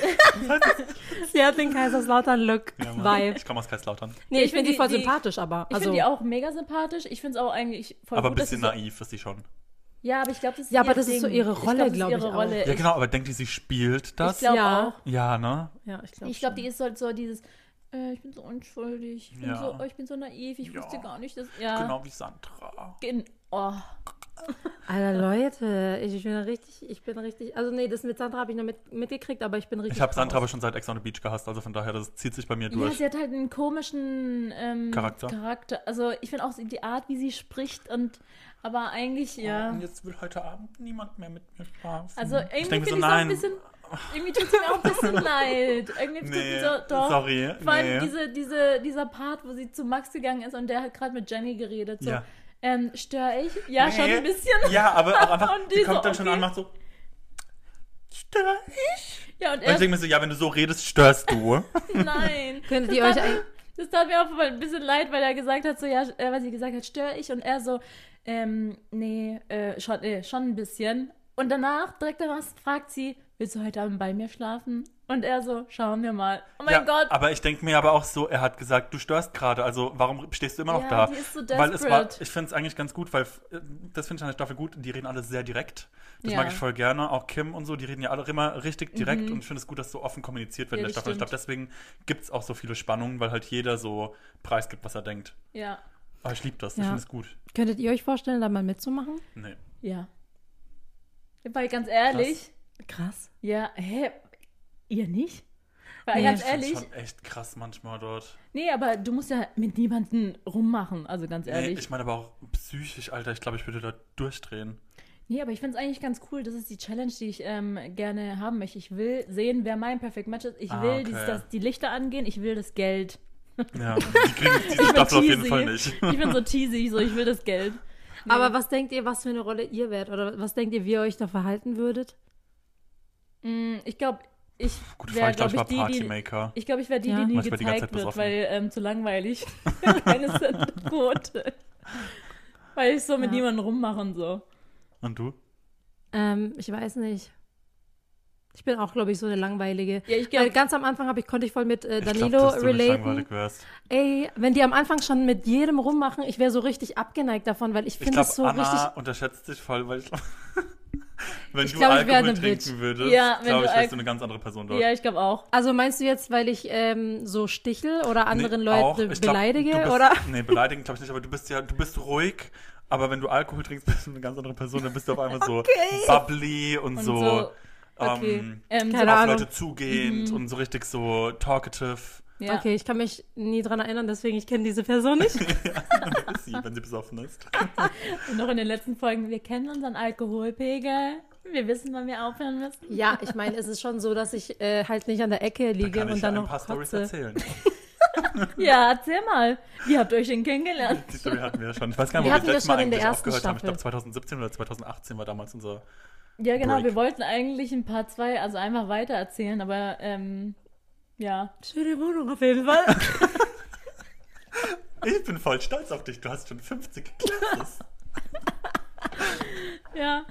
Sie hat den Kaiserslautern-Look. Ja, Mann. Vibe. Ich komme aus Kaiserslautern. Nee, Ich ich finde find die voll die- die- sympathisch, aber. ich Also, finde die auch mega sympathisch. Ich finde es auch eigentlich voll Aber ein gut, dass bisschen sie so, naiv ist sie schon. Ja, aber ich glaube, das ist Ja, aber ihr das ist so Ding. ihre Rolle, das ist glaub ich ihre auch. Rolle. Ja, genau, aber denkt ihr, sie spielt das? Ich glaube Ja. auch. Ja, ne? ja, ich glaube Ich glaube, die ist so, so dieses, äh, ich bin so unschuldig, ich bin, Ja. so, oh, ich bin so naiv, ich Ja. wusste gar nicht, dass, ja. Genau wie Sandra. Gen oh. Alter, Leute, ich bin richtig, ich bin richtig, also nee, das mit Sandra habe ich noch mit, mitgekriegt, aber ich bin richtig Ich habe Sandra aber raus. schon seit Ex on the Beach gehasst, also von daher, das zieht sich bei mir Ja, durch. sie hat halt einen komischen ähm, Charakter. Charakter. Also ich finde auch die Art, wie sie spricht und, aber eigentlich, ja. Und jetzt will heute Abend niemand mehr mit mir schlafen. Also irgendwie ich denke finde mir ich so, es auch ein nein. bisschen, irgendwie tut es mir auch ein bisschen leid. Irgendwie tut Nee, es so, doch. sorry, Vor allem nee. diese, diese, dieser Part, wo sie zu Max gegangen ist und der hat gerade mit Jenny geredet. So, Ja. ähm, störe ich? Ja, schon Nee. ein bisschen. Ja, aber auch einfach, Und die, die kommt so, dann schon okay. an und macht so, stör ich? Ja, und Und ich er, denke mir so, ja, wenn du so redest, störst du. nein. Könntet Das ihr euch tat, ein, das tat mir auch ein bisschen leid, weil er gesagt hat, so, ja, äh, weil sie gesagt hat, störe ich? Und er so, ähm, nee, äh, schon, äh, schon ein bisschen. Und danach, direkt danach, fragt sie, willst du heute Abend bei mir schlafen? Und er so, schauen wir mal. Oh mein ja, Gott. Aber ich denke mir aber auch so, er hat gesagt, du störst gerade, also warum stehst du immer noch Ja, da? die ist so weil es war, desperate. ich finde es eigentlich ganz gut, weil äh, das finde ich an der Staffel gut, die reden alle sehr direkt. Das Ja. mag ich voll gerne. Auch Kim und so, die reden ja alle immer richtig direkt und ich finde es gut, dass so offen kommuniziert wird Ja, in der das Staffel. Ich glaube, stimmt. deswegen gibt es auch so viele Spannungen, weil halt jeder so preisgibt, was er denkt. Ja, Aber ich liebe das, Ja. ich finde es gut. Könntet ihr euch vorstellen, da mal mitzumachen? Nee. ja. Weil ganz ehrlich, Krass. ja, hä, ihr nicht? Weil Nee. ganz Ich finde ehrlich, es schon echt krass manchmal dort. nee, aber du musst ja mit niemandem rummachen, also ganz Nee, ehrlich. ich meine aber auch psychisch, Alter, ich glaube, ich würde da durchdrehen. Nee, aber ich finde es eigentlich ganz cool. Das ist die Challenge, die ich ähm, gerne haben möchte. Ich will sehen, wer mein Perfect Match ist. Ich Ah, will, okay. dies, dass die Lichter angehen. Ich will das Geld. Ja, die kriegen diese bin Staffel auf jeden cheesy. Fall nicht. Ich bin so teasy, so ich will das Geld. Nee. Aber was denkt ihr, was für eine Rolle ihr wärt? Oder was denkt ihr, wie ihr euch da verhalten würdet? Mm, ich glaube, ich Gute wäre, Frage, ich glaube, glaube ich war ich, die, die Partymaker. ich glaube, ich wäre die, Ja. die nie Ich war die ganze gezeigt Zeit wird, besoffen. weil ähm, zu langweilig. Keine Quote. Weil ich so mit Ja. niemandem rummache und so. Und du? Ähm, ich weiß nicht. Ich bin auch, glaube ich, so eine langweilige. Ja, ich Weil glaube, ganz am Anfang habe ich, konnte ich voll mit äh, Ich glaub, Danilo dass du nicht relaten. langweilig wärst. Ey, wenn die am Anfang schon mit jedem rummachen, ich wäre so richtig abgeneigt davon, weil ich Ich finde glaube, es so Anna richtig. unterschätzt dich voll, weil ich glaub, wenn Ich du glaub, ich wär Alkohol eine Bitch. trinken würdest, Ja, wenn glaube du ich, wärst Alk- du eine ganz andere Person dort. ja, ich glaube auch. Also meinst du jetzt, weil ich ähm, so stichel oder anderen Nee, Leute auch. Ich glaub, beleidige? du bist, Oder? Nee, beleidigen glaube ich nicht, aber du bist ja, du bist ruhig, aber wenn du Alkohol trinkst, bist du eine ganz andere Person, dann bist du auf einmal so bubbly und, Und so, so, okay. ähm, Ähm, Keine so, auf Ahnung. Leute zugehend Mhm. und so richtig so talkative. ja. Okay, ich kann mich nie dran erinnern, deswegen ich kenne diese Person nicht. ist sie, wenn sie besoffen ist. Und noch in den letzten Folgen, wir kennen unseren Alkoholpegel. Wir wissen, wann wir aufhören müssen. Ja, ich meine, es ist schon so, dass ich äh, halt nicht an der Ecke Da liege kann ich und ja dann ein noch paar Storys kotze. erzählen. Ja, erzähl mal. Wie habt ihr euch denn kennengelernt? Die Story hatten wir ja schon. Ich weiß gar nicht, Wir wo hatten wir das letztes Mal schon in der eigentlich ersten aufgehört haben. Ich Staffel. glaube, zwanzig siebzehn oder zwanzig achtzehn war damals unser... Ja, genau, Break. wir wollten eigentlich ein paar zwei, also einfach weiter erzählen, aber ähm, ja. Schöne Wohnung auf jeden Fall. Ich bin voll stolz auf dich. Du hast schon fünfzig Classes. Ja.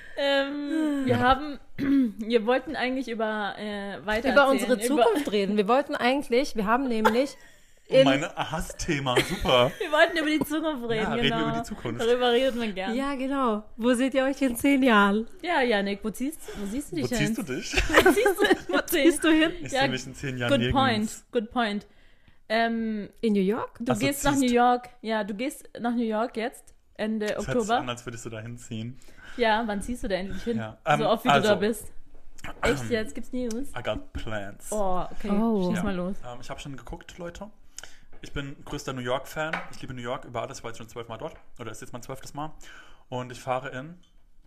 Ähm, wir haben, wir wollten eigentlich über äh, weiter Über erzählen, unsere Zukunft reden. Wir wollten eigentlich, wir haben nämlich Oh, in, mein Hassthema. Super. Wir wollten über die Zukunft reden, Ja, genau. reden wir über die Zukunft. Darüber redet man gern. Ja, ja genau. Wo seht ihr euch in zehn Jahren? ja Janik, wo ziehst, wo siehst du dich Wo hin? ziehst du dich? Wo ziehst du, wo ziehst du hin? Ich Ja, sehe mich in zehn Jahren good nirgends. point, good point. Ähm, In New York? du Ach so, gehst nach ziehst. New York. Ja, du gehst nach New York jetzt, Ende Das hört sich Oktober. an, als würdest du da hinziehen. Ja, wann ziehst du da endlich hin? Ja, ähm, so oft wie also, du da bist. Echt jetzt? Gibt's News? I got plans. Oh, okay. Oh. Schieß Ja. mal los. Ähm, ich habe schon geguckt, Leute. Ich bin größter New York-Fan. Ich liebe New York über alles. Ich war jetzt schon zwölfmal dort. Oder ist jetzt mein zwölftes Mal. Und ich fahre in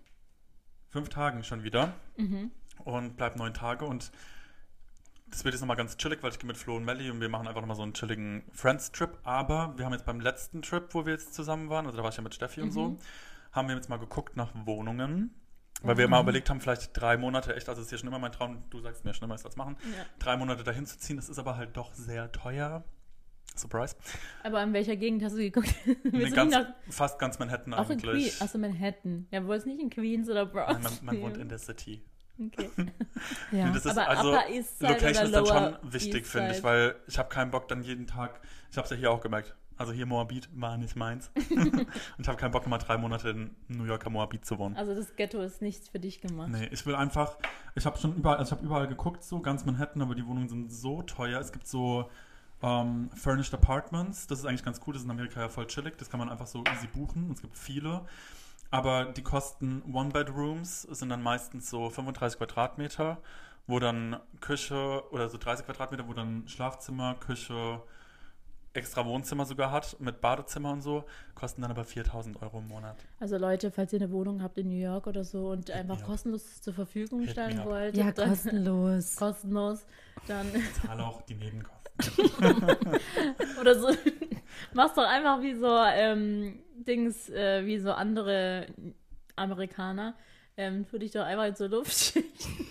fünf Tagen schon wieder. Mhm. Und bleib neun Tage. Und das wird jetzt nochmal ganz chillig, weil ich gehe mit Flo und Melly und wir machen einfach nochmal so einen chilligen Friends-Trip. Aber wir haben jetzt beim letzten Trip, wo wir jetzt zusammen waren, also da war ich ja mit Steffi und so, haben wir jetzt mal geguckt nach Wohnungen. Weil wir mal überlegt haben, vielleicht drei Monate, echt, also es ist ja schon immer mein Traum, du sagst mir, schon immer ist das machen, Ja. drei Monate dahin zu ziehen. Das ist aber halt doch sehr teuer. Surprise. Aber in welcher Gegend hast du geguckt? Nee, Willst du ganz, nicht nach, fast ganz Manhattan auch in Queens? eigentlich. Achso, Manhattan. Ja, wo ist nicht in Queens oder Bronx? Nein, man, man wohnt in der City. Okay. Ja. Nee, das ist Aber also, Upper East Side Location ist oder dann Lower schon wichtig, East finde ich, Side? weil ich habe keinen Bock dann jeden Tag, ich habe es ja hier auch gemerkt, also hier Moabit war nicht meins. Und ich habe keinen Bock, mal drei Monate in New Yorker Moabit zu wohnen. Also das Ghetto ist nichts für dich gemacht. Nee, ich will einfach, ich habe schon überall, also ich habe überall geguckt, so ganz Manhattan, aber die Wohnungen sind so teuer. Es gibt so ähm, Furnished Apartments, das ist eigentlich ganz cool, das ist in Amerika ja voll chillig, das kann man einfach so easy buchen. Es gibt viele, aber die kosten One-Bedrooms, sind dann meistens so fünfunddreißig Quadratmeter, wo dann Küche oder so dreißig Quadratmeter, wo dann Schlafzimmer, Küche, extra Wohnzimmer sogar hat, mit Badezimmer und so, kosten dann aber viertausend Euro im Monat. Also Leute, falls ihr eine Wohnung habt in New York oder so und einfach me up. kostenlos zur Verfügung Hit stellen me up. wollt, Ja, dann kostenlos. kostenlos, dann Zahle auch die Nebenkosten. oder so, mach's doch einfach wie so ähm, Dings, äh, wie so andere Amerikaner, ähm, tu dich doch einfach in so Luftschichten.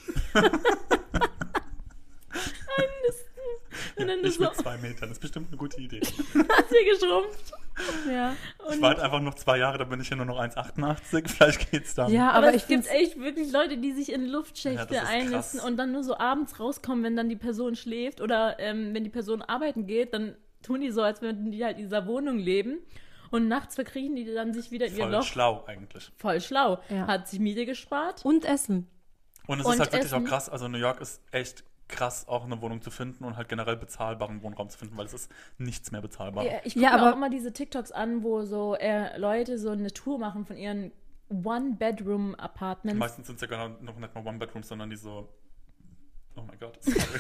Einnisten. Und dann Ich so, mit zwei Metern, das ist bestimmt eine gute Idee. hast hier geschrumpft. Ja. Ich warte einfach noch zwei Jahre, dann bin ich ja nur noch eins Komma achtundachtzig. Vielleicht geht's dann. Ja, Aber, aber es ich gibt finde echt wirklich Leute, die sich in Ja, Luftschächte das ist einnisten krass. und dann nur so abends rauskommen, wenn dann die Person schläft oder ähm, wenn die Person arbeiten geht, dann tun die so, als würden die halt in dieser Wohnung leben und nachts verkriechen die dann sich wieder in ihr Voll Loch. schlau eigentlich. Voll schlau. Ja. Hat sich Miete gespart. und Essen. Und es Und ist halt wirklich Essen. auch krass. Also New York ist echt krass, auch eine Wohnung zu finden und halt generell bezahlbaren Wohnraum zu finden, weil es ist nichts mehr bezahlbar. Ja, ich gucke Ja, mir aber- auch immer diese TikToks an, wo so äh, Leute so eine Tour machen von ihren One-Bedroom-Apartments. Meistens sind es ja gar noch nicht mal One-Bedrooms, sondern die so. Oh mein Gott, sorry.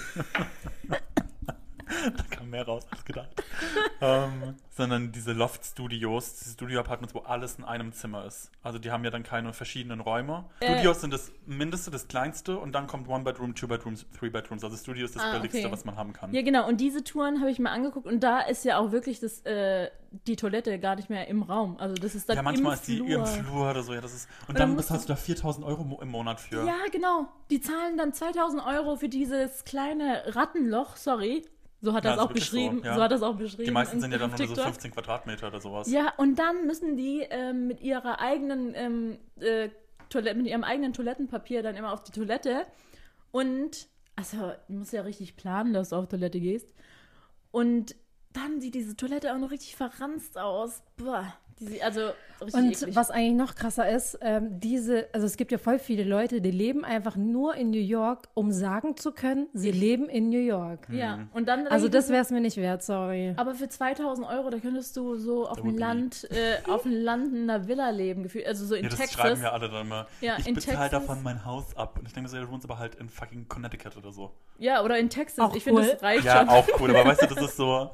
Da kam mehr raus als gedacht. ähm, sondern diese Loft-Studios, diese Studio-Apartments, wo alles in einem Zimmer ist. Also die haben ja dann keine verschiedenen Räume. Äh. Studios sind das mindeste, das kleinste und dann kommt One-Bedroom, Two-Bedrooms, Three-Bedrooms. Also Studio ist das Ah, billigste, okay. was man haben kann. Ja, genau. Und diese Touren habe ich mir angeguckt und da ist ja auch wirklich das, äh, die Toilette gar nicht mehr im Raum. Also das ist dann Ja, manchmal im ist die Flur. im Flur oder so. Ja, das ist, und, Und dann dann musst bezahlst du da viertausend Euro mo- im Monat für. Ja, genau. Die zahlen dann zweitausend Euro für dieses kleine Rattenloch, sorry. So hat Ja, das ist auch wirklich so, beschrieben. So, ja. hat das auch beschrieben. Die meisten in- sind ja dann auf nur so TikTok. fünfzehn Quadratmeter oder sowas. Ja, und dann müssen die ähm, mit ihrer eigenen ähm, äh, Toilette, mit ihrem eigenen Toilettenpapier dann immer auf die Toilette. Und, also, du musst ja richtig planen, dass du auf Toilette gehst. Und dann sieht diese Toilette auch noch richtig verranzt aus. Boah, die sieht, also richtig Und eklig. was eigentlich noch krasser ist, ähm, diese, also es gibt ja voll viele Leute, die leben einfach nur in New York, um sagen zu können, sie leben in New York. Ja, und dann Also denk ich das mir wäre es mir nicht wert, sorry. Aber für zweitausend Euro, da könntest du so auf Da dem would be. Land, äh, auf dem Land in einer Villa leben, gefühlt. Also so in Ja, das Texas. schreiben ja alle dann immer. Ja, ich in bezahle Texas. davon mein Haus ab. Und ich denke so, ja, du wohnst aber halt in fucking Connecticut oder so. Ja, oder in Texas. Auch ich finde, cool. das reicht Ja, schon. auch cool. Aber weißt du, das ist so,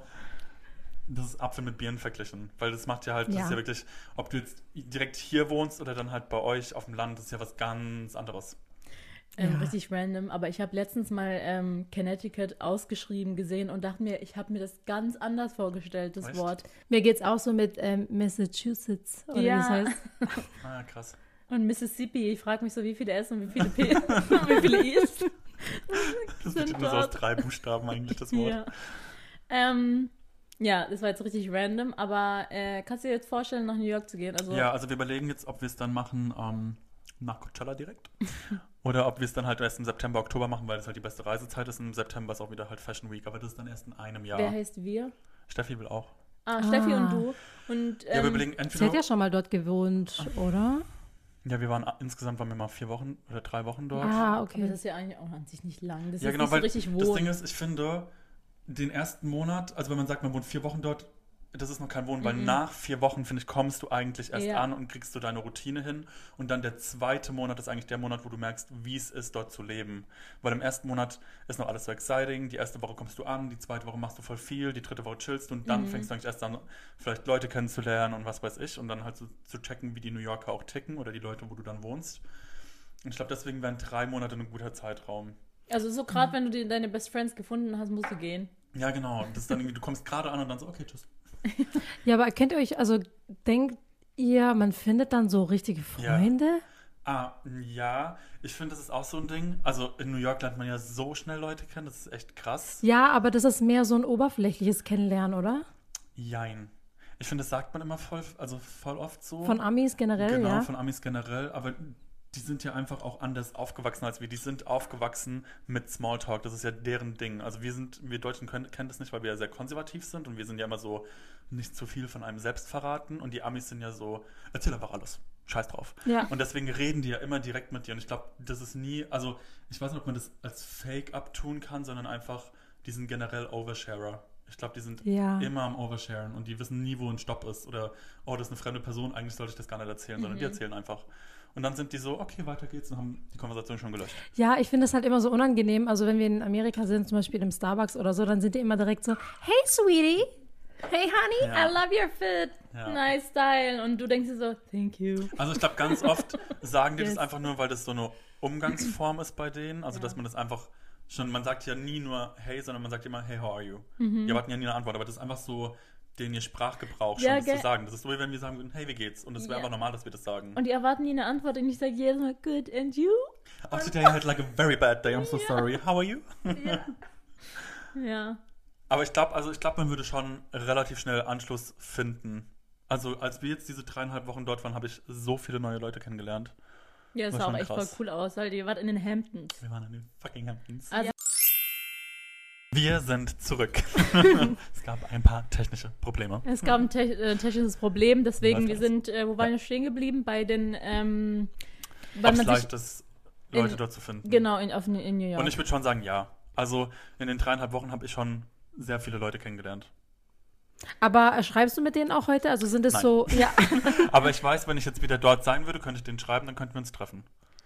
das ist Apfel mit Birnen verglichen. Weil das macht ja halt, das Ja. ist ja wirklich, ob du jetzt direkt hier wohnst oder dann halt bei euch auf dem Land, das ist ja was ganz anderes. Ähm, Ja. Richtig random. Aber ich habe letztens mal ähm, Connecticut ausgeschrieben gesehen und dachte mir, ich habe mir das ganz anders vorgestellt, das Echt? Wort. Mir geht's auch so mit ähm, Massachusetts, oder Ja. wie es heißt. Ah, krass. Und Mississippi, ich frage mich so, wie viele S und wie viele P und wie viele I's. Das Sind besteht nur so aus dort. drei Buchstaben eigentlich, das Wort. Ja. Ähm, ja, das war jetzt richtig random, aber äh, kannst du dir jetzt vorstellen, nach New York zu gehen? Also, Ja, also wir überlegen jetzt, ob wir es dann machen ähm, nach Coachella direkt. Oder ob wir es dann halt erst im September, Oktober machen, weil das halt die beste Reisezeit ist. Im September ist auch wieder halt Fashion Week, aber das ist dann erst in einem Jahr. wer heißt wir? Steffi will auch. Ah, Steffi Ah. und du. Und, ja, wir ähm, überlegen Sie entweder. hat ja schon mal dort gewohnt, oder? Ja, wir waren insgesamt waren wir mal vier Wochen oder drei Wochen dort. Ah, aber okay. das ist ja eigentlich auch an sich nicht lang. Das ja, ist genau, nicht weil so richtig das wohnen. Ding ist, ich finde, den ersten Monat, also wenn man sagt, man wohnt vier Wochen dort, das ist noch kein Wohnen, weil Mhm. nach vier Wochen, finde ich, kommst du eigentlich erst Ja. an und kriegst du deine Routine hin. Und dann der zweite Monat ist eigentlich der Monat, wo du merkst, wie es ist, dort zu leben. Weil im ersten Monat ist noch alles so exciting. Die erste Woche kommst du an, die zweite Woche machst du voll viel, die dritte Woche chillst du und dann Mhm. fängst du eigentlich erst an, vielleicht Leute kennenzulernen und was weiß ich. Und dann halt so zu checken, wie die New Yorker auch ticken oder die Leute, wo du dann wohnst. Und ich glaube, deswegen wären drei Monate ein guter Zeitraum. Also so gerade, wenn du die, deine Best Friends gefunden hast, musst du gehen. Ja, genau. Das ist dann irgendwie, du kommst gerade an und dann so, okay, tschüss. Ja, aber kennt ihr euch, also denkt ihr, man findet dann so richtige Ja. Freunde? Ah, ja. Ich finde, das ist auch so ein Ding. Also in New York lernt man ja so schnell Leute kennen. Das ist echt krass. Ja, aber das ist mehr so ein oberflächliches Kennenlernen, oder? Jein. Ich finde, das sagt man immer voll, also voll oft so. Von Amis generell, Genau, ja. von Amis generell. Aber die sind ja einfach auch anders aufgewachsen als wir. Die sind aufgewachsen mit Smalltalk. Das ist ja deren Ding. Also wir sind, wir Deutschen können, kennen das nicht, weil wir ja sehr konservativ sind und wir sind ja immer so nicht zu viel von einem selbst verraten. Und die Amis sind ja so, erzähl einfach alles. Scheiß drauf. Ja. Und deswegen reden die ja immer direkt mit dir. Und ich glaube, das ist nie, also ich weiß nicht, ob man das als Fake abtun kann, sondern einfach, die sind generell Oversharer. Ich glaube, die sind Ja. immer am Oversharen und die wissen nie, wo ein Stopp ist. Oder, oh, das ist eine fremde Person, eigentlich sollte ich das gar nicht erzählen, sondern die erzählen einfach. Und dann sind die so, okay, weiter geht's und haben die Konversation schon gelöscht. Ja, ich finde es halt immer so unangenehm. Also wenn wir in Amerika sind, zum Beispiel im Starbucks oder so, dann sind die immer direkt so, hey, Sweetie. Hey, honey, Ja. I love your fit. Ja. Nice style. Und du denkst dir so, thank you. Also ich glaube, ganz oft sagen die Yes. das einfach nur, weil das so eine Umgangsform ist bei denen. Also Ja. dass man das einfach schon, man sagt ja nie nur hey, sondern man sagt immer hey, how are you? Mhm. Die erwarten ja nie eine Antwort, aber das ist einfach so den ihr Sprachgebrauch schon Ja, das gell. zu sagen. Das ist so, wie wenn wir sagen würden, hey, wie geht's? Und es wäre Ja. einfach normal, dass wir das sagen. Und die erwarten nie eine Antwort und ich sage jedes Mal, good, and you? Oh, today I had like a very bad day, I'm so sorry. How are you? Ja. ja. Aber ich glaube, also ich glaube, man würde schon relativ schnell Anschluss finden. Also als wir jetzt diese dreieinhalb Wochen dort waren, habe ich so viele neue Leute kennengelernt. Ja, das War sah auch schon echt voll krass. cool aus, weil ihr wart in den Hamptons. Wir waren in den fucking Hamptons. Also, Wir sind zurück. Es gab ein paar technische Probleme. es gab ein te äh, technisches Problem, deswegen, Läuft wir alles. sind, äh, wo waren wir stehen geblieben? Bei den, ähm, Ob weil es man leicht sich, ist, Leute in- dort zu finden. genau, in, auf, in New York. Und ich würde schon sagen, ja. Also in den dreieinhalb Wochen habe ich schon sehr viele Leute kennengelernt. Aber äh, schreibst du mit denen auch heute? Also sind es Nein. so, ja. Aber ich weiß, wenn ich jetzt wieder dort sein würde, könnte ich denen schreiben, dann könnten wir uns treffen.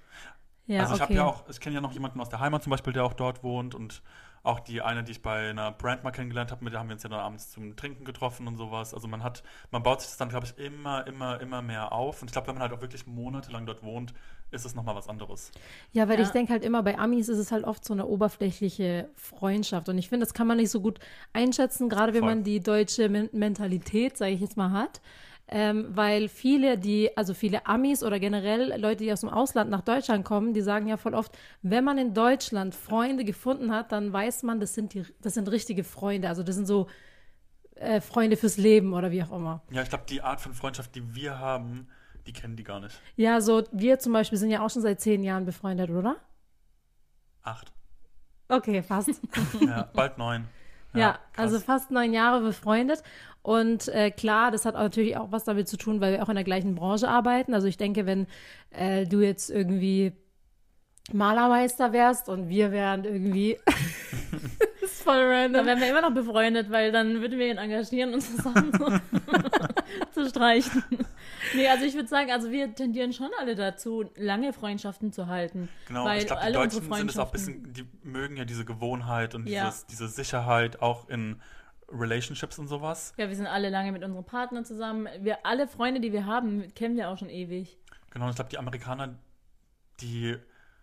ja also ich habe okay. ja auch, ich kenne ja noch jemanden aus der Heimat zum Beispiel, der auch dort wohnt und auch die eine, die ich bei einer Brand mal kennengelernt habe, mit der haben wir uns ja dann abends zum Trinken getroffen und sowas. Also man hat, man baut sich das dann, glaube ich, immer, immer, immer mehr auf. Und ich glaube, wenn man halt auch wirklich monatelang dort wohnt, ist es nochmal was anderes. Ja, weil Ja. ich denke halt immer, bei Amis ist es halt oft so eine oberflächliche Freundschaft. Und ich finde, das kann man nicht so gut einschätzen, gerade wenn Voll. man die deutsche Men Mentalität, sage ich jetzt mal, hat. Ähm, weil viele, die, also viele Amis oder generell Leute, die aus dem Ausland nach Deutschland kommen, die sagen ja voll oft, wenn man in Deutschland Freunde gefunden hat, dann weiß man, das sind die, das sind richtige Freunde. Also das sind so äh, Freunde fürs Leben oder wie auch immer. Ja, ich glaube, die Art von Freundschaft, die wir haben, die kennen die gar nicht. Ja, so wir zum Beispiel sind ja auch schon seit zehn Jahren befreundet, oder? Acht. Okay, fast. Ja, bald neun. Ja, krass. also fast neun Jahre befreundet. Und äh, klar, das hat auch natürlich auch was damit zu tun, weil wir auch in der gleichen Branche arbeiten. Also ich denke, wenn äh, du jetzt irgendwie Malermeister wärst und wir wären irgendwie das ist voll Dann random. wären wir immer noch befreundet, weil dann würden wir ihn engagieren, unsere Sachen so zu streichen. Nee, also ich würde sagen, also wir tendieren schon alle dazu, lange Freundschaften zu halten. Genau, weil ich glaube, die alle unsere Deutschen sind es auch ein Freundschaften- bisschen, die mögen ja diese Gewohnheit und Ja. dieses, diese Sicherheit auch in Relationships und sowas. Ja, wir sind alle lange mit unseren Partnern zusammen. Wir alle Freunde, die wir haben, kennen wir auch schon ewig. Genau, und ich glaube, die Amerikaner, die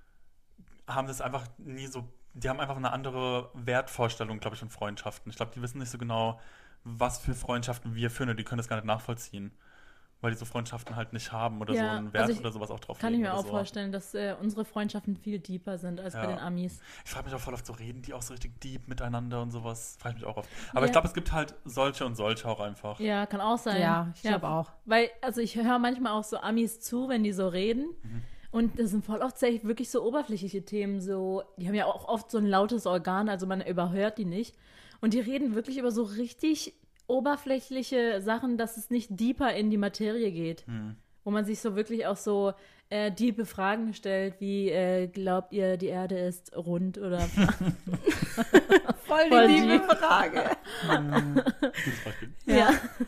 haben das einfach nie so, die haben einfach eine andere Wertvorstellung, glaube ich, von Freundschaften. Ich glaube, die wissen nicht so genau, was für Freundschaften wir führen und die können das gar nicht nachvollziehen, weil die so Freundschaften halt nicht haben oder Ja, so einen Wert also ich- oder sowas auch drauf Kann ich legen mir oder auch so. vorstellen, dass äh, unsere Freundschaften viel deeper sind als bei Ja. den Amis. Ich frage mich auch voll oft, so reden die auch so richtig deep miteinander und sowas. Frage ich mich auch oft. Aber Ja. ich glaube, es gibt halt solche und solche auch einfach. Ja, kann auch sein. Ja, ich glaube auch. Weil, also ich höre manchmal auch so Amis zu, wenn die so reden. Mhm. Und das sind voll oft sehr- wirklich so oberflächliche Themen. So, die haben ja auch oft so ein lautes Organ, also man überhört die nicht. Und die reden wirklich über so richtig oberflächliche Sachen, dass es nicht deeper in die Materie geht. Hm. Wo man sich so wirklich auch so äh, diepe Fragen stellt, wie äh, glaubt ihr, die Erde ist rund oder Voll Voll die die- liebe Frage. Gutes Beispiel. Ja.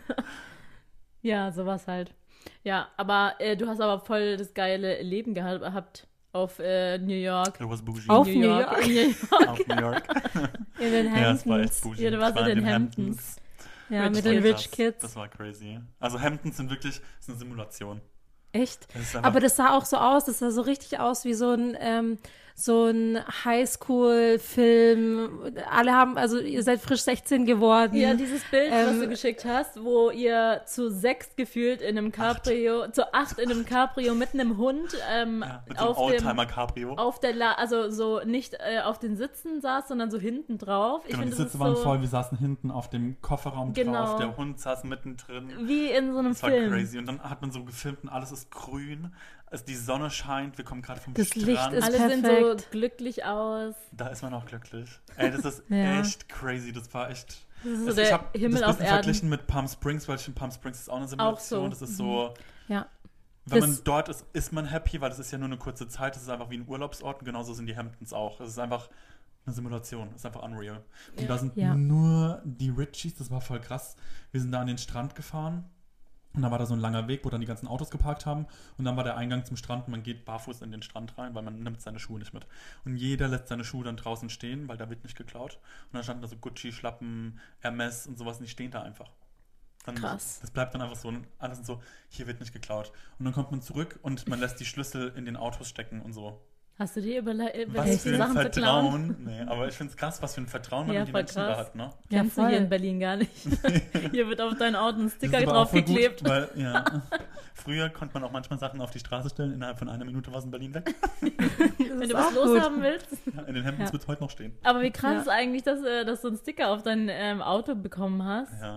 Ja, sowas halt. Ja, aber äh, du hast aber voll das geile Leben geha- gehabt auf äh, New York. It was bougie. Auf New New York. York. In New York. Auf New York. In den Ja, es war echt Hamptons. bougie. Ja, du warst Ich war in den Hamptons. Ja, Rich mit den Kids. Rich Kids. Das war crazy. Also Hamptons sind wirklich, das ist eine Simulation. Echt? Das ist einfach, Aber das sah auch so aus, das sah so richtig aus wie so ein, ähm, so ein Highschool-Film. Alle haben, also ihr seid frisch sechzehn geworden. Ja, dieses Bild, was Ähm, du geschickt hast, wo ihr zu sechs gefühlt in einem Cabrio, zu acht in einem Cabrio mit einem Hund ähm, ja, mit so einem auf dem, Oldtimer Cabrio. auf der, La also so nicht äh, auf den Sitzen saß, sondern so hinten drauf. Ich Genau, die finde, das Sitze ist waren so voll, wir saßen hinten auf dem Kofferraum Genau. drauf, der Hund saß mittendrin. wie in so einem Das war Film. crazy. Und dann hat man so gefilmt und alles ist grün. Also die Sonne scheint, wir kommen gerade vom Das Strand. Licht ist Alle sind perfekt. so glücklich aus. Da ist man auch glücklich. Ey, das ist Ja. echt crazy. Das war echt. Das ist so Also der ich habe Himmel das auf bisschen Erden. verglichen mit Palm Springs, weil ich finde, Palm Springs ist auch eine Simulation. so. Das ist so, Ja. wenn Das- man dort ist, ist man happy, weil das ist ja nur eine kurze Zeit. Das ist einfach wie ein Urlaubsort und genauso sind die Hamptons auch. Es ist einfach eine Simulation. Es ist einfach unreal. Und Ja. da sind Ja. nur die Richies. Das war voll krass. Wir sind da an den Strand gefahren. Und dann war da so ein langer Weg, wo dann die ganzen Autos geparkt haben. Und dann war der Eingang zum Strand und man geht barfuß in den Strand rein, weil man nimmt seine Schuhe nicht mit. Und jeder lässt seine Schuhe dann draußen stehen, weil da wird nicht geklaut. Und dann standen da so Gucci, Schlappen, Hermes und sowas und die stehen da einfach. Dann, Krass. Das bleibt dann einfach so, und alles sind so, hier wird nicht geklaut. Und dann kommt man zurück und man lässt die Schlüssel in den Autos stecken und so. Hast du dir überle Was überlegt, für die ein Sachen zu klauen? Vertrauen. Nee, aber ich finde es krass, was für ein Vertrauen man Ja, in die voll Menschen da krass. hat, ne? Ja, Kennst du voll. hier in Berlin gar nicht. Hier wird auf dein Auto ein Das Sticker ist aber auch voll gut, draufgeklebt. weil, ja, früher konnte man auch manchmal Sachen auf die Straße stellen, innerhalb von einer Minute war es in Berlin weg. Wenn du was loshaben willst. Ja, in den Hemden Ja. wird es heute noch stehen. Aber wie krass Ja. ist eigentlich, dass, äh, dass du einen Sticker auf dein ähm, Auto bekommen hast. Ja.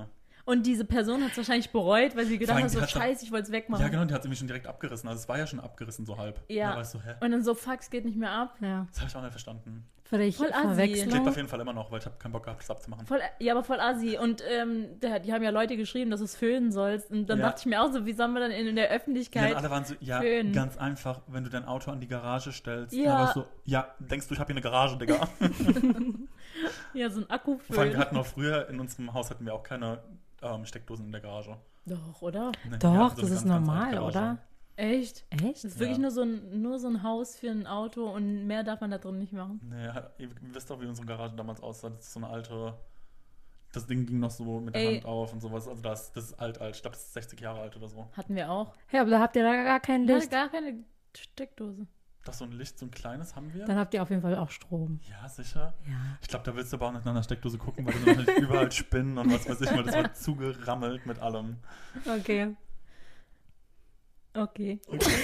Und diese Person hat es wahrscheinlich bereut, weil sie gedacht allem, hat, so die hat schon- scheiße, ich wollte es wegmachen. Ja, genau, die hat sie mich schon direkt abgerissen. Also es war ja schon abgerissen, so halb. Ja. Und da war ich so, hä? Und dann so, fuck, es geht nicht mehr ab. Ja. Das habe ich auch nicht verstanden. Vielleicht Voll assi. Klebt Verwechslung. auf jeden Fall immer noch, weil ich habe keinen Bock gehabt, das abzumachen. Voll, ja, aber voll assi. Und ähm, der, die haben ja Leute geschrieben, dass du es föhnen sollst. Und dann Ja. dachte ich mir auch so, wie sollen wir dann in, in der Ja, Öffentlichkeit... alle waren so, ja, föhnen? ganz einfach, wenn du dein Auto an die Garage stellst. Ja. Dann war ich so, ja, denkst du, ich habe hier eine Garage, Digga. Ja, so ein Vor allem, Akkuföhn. wir hatten auch früher, in unserem Haus hatten wir auch keine ähm, Steckdosen in der Garage. Doch, oder? Nee, wir Doch, hatten so das eine ist ganz, ganz normal, alte Garage. oder? Echt? Echt? Das ist wirklich Ja. nur, so ein, nur so ein Haus für ein Auto und mehr darf man da drin nicht machen. Nee, hat- ihr wisst doch, wie unsere Garage damals aussah. Das ist so eine alte. Das Ding ging noch so mit der Ey. Hand auf und sowas. Also das, das ist alt, alt. Ich glaube, das ist sechzig Jahre alt oder so. Hatten wir auch. Ja, aber da habt ihr da gar kein Hatte Licht. gar keine Steckdose. Das so ein Licht, so ein kleines haben wir. Dann habt ihr auf jeden Fall auch Strom. Ja, sicher. Ja. Ich glaube, da willst du aber auch nicht nach einer Steckdose gucken, weil du natürlich überall Spinnen und was weiß ich mal. Das wird zugerammelt mit allem. Okay. Okay.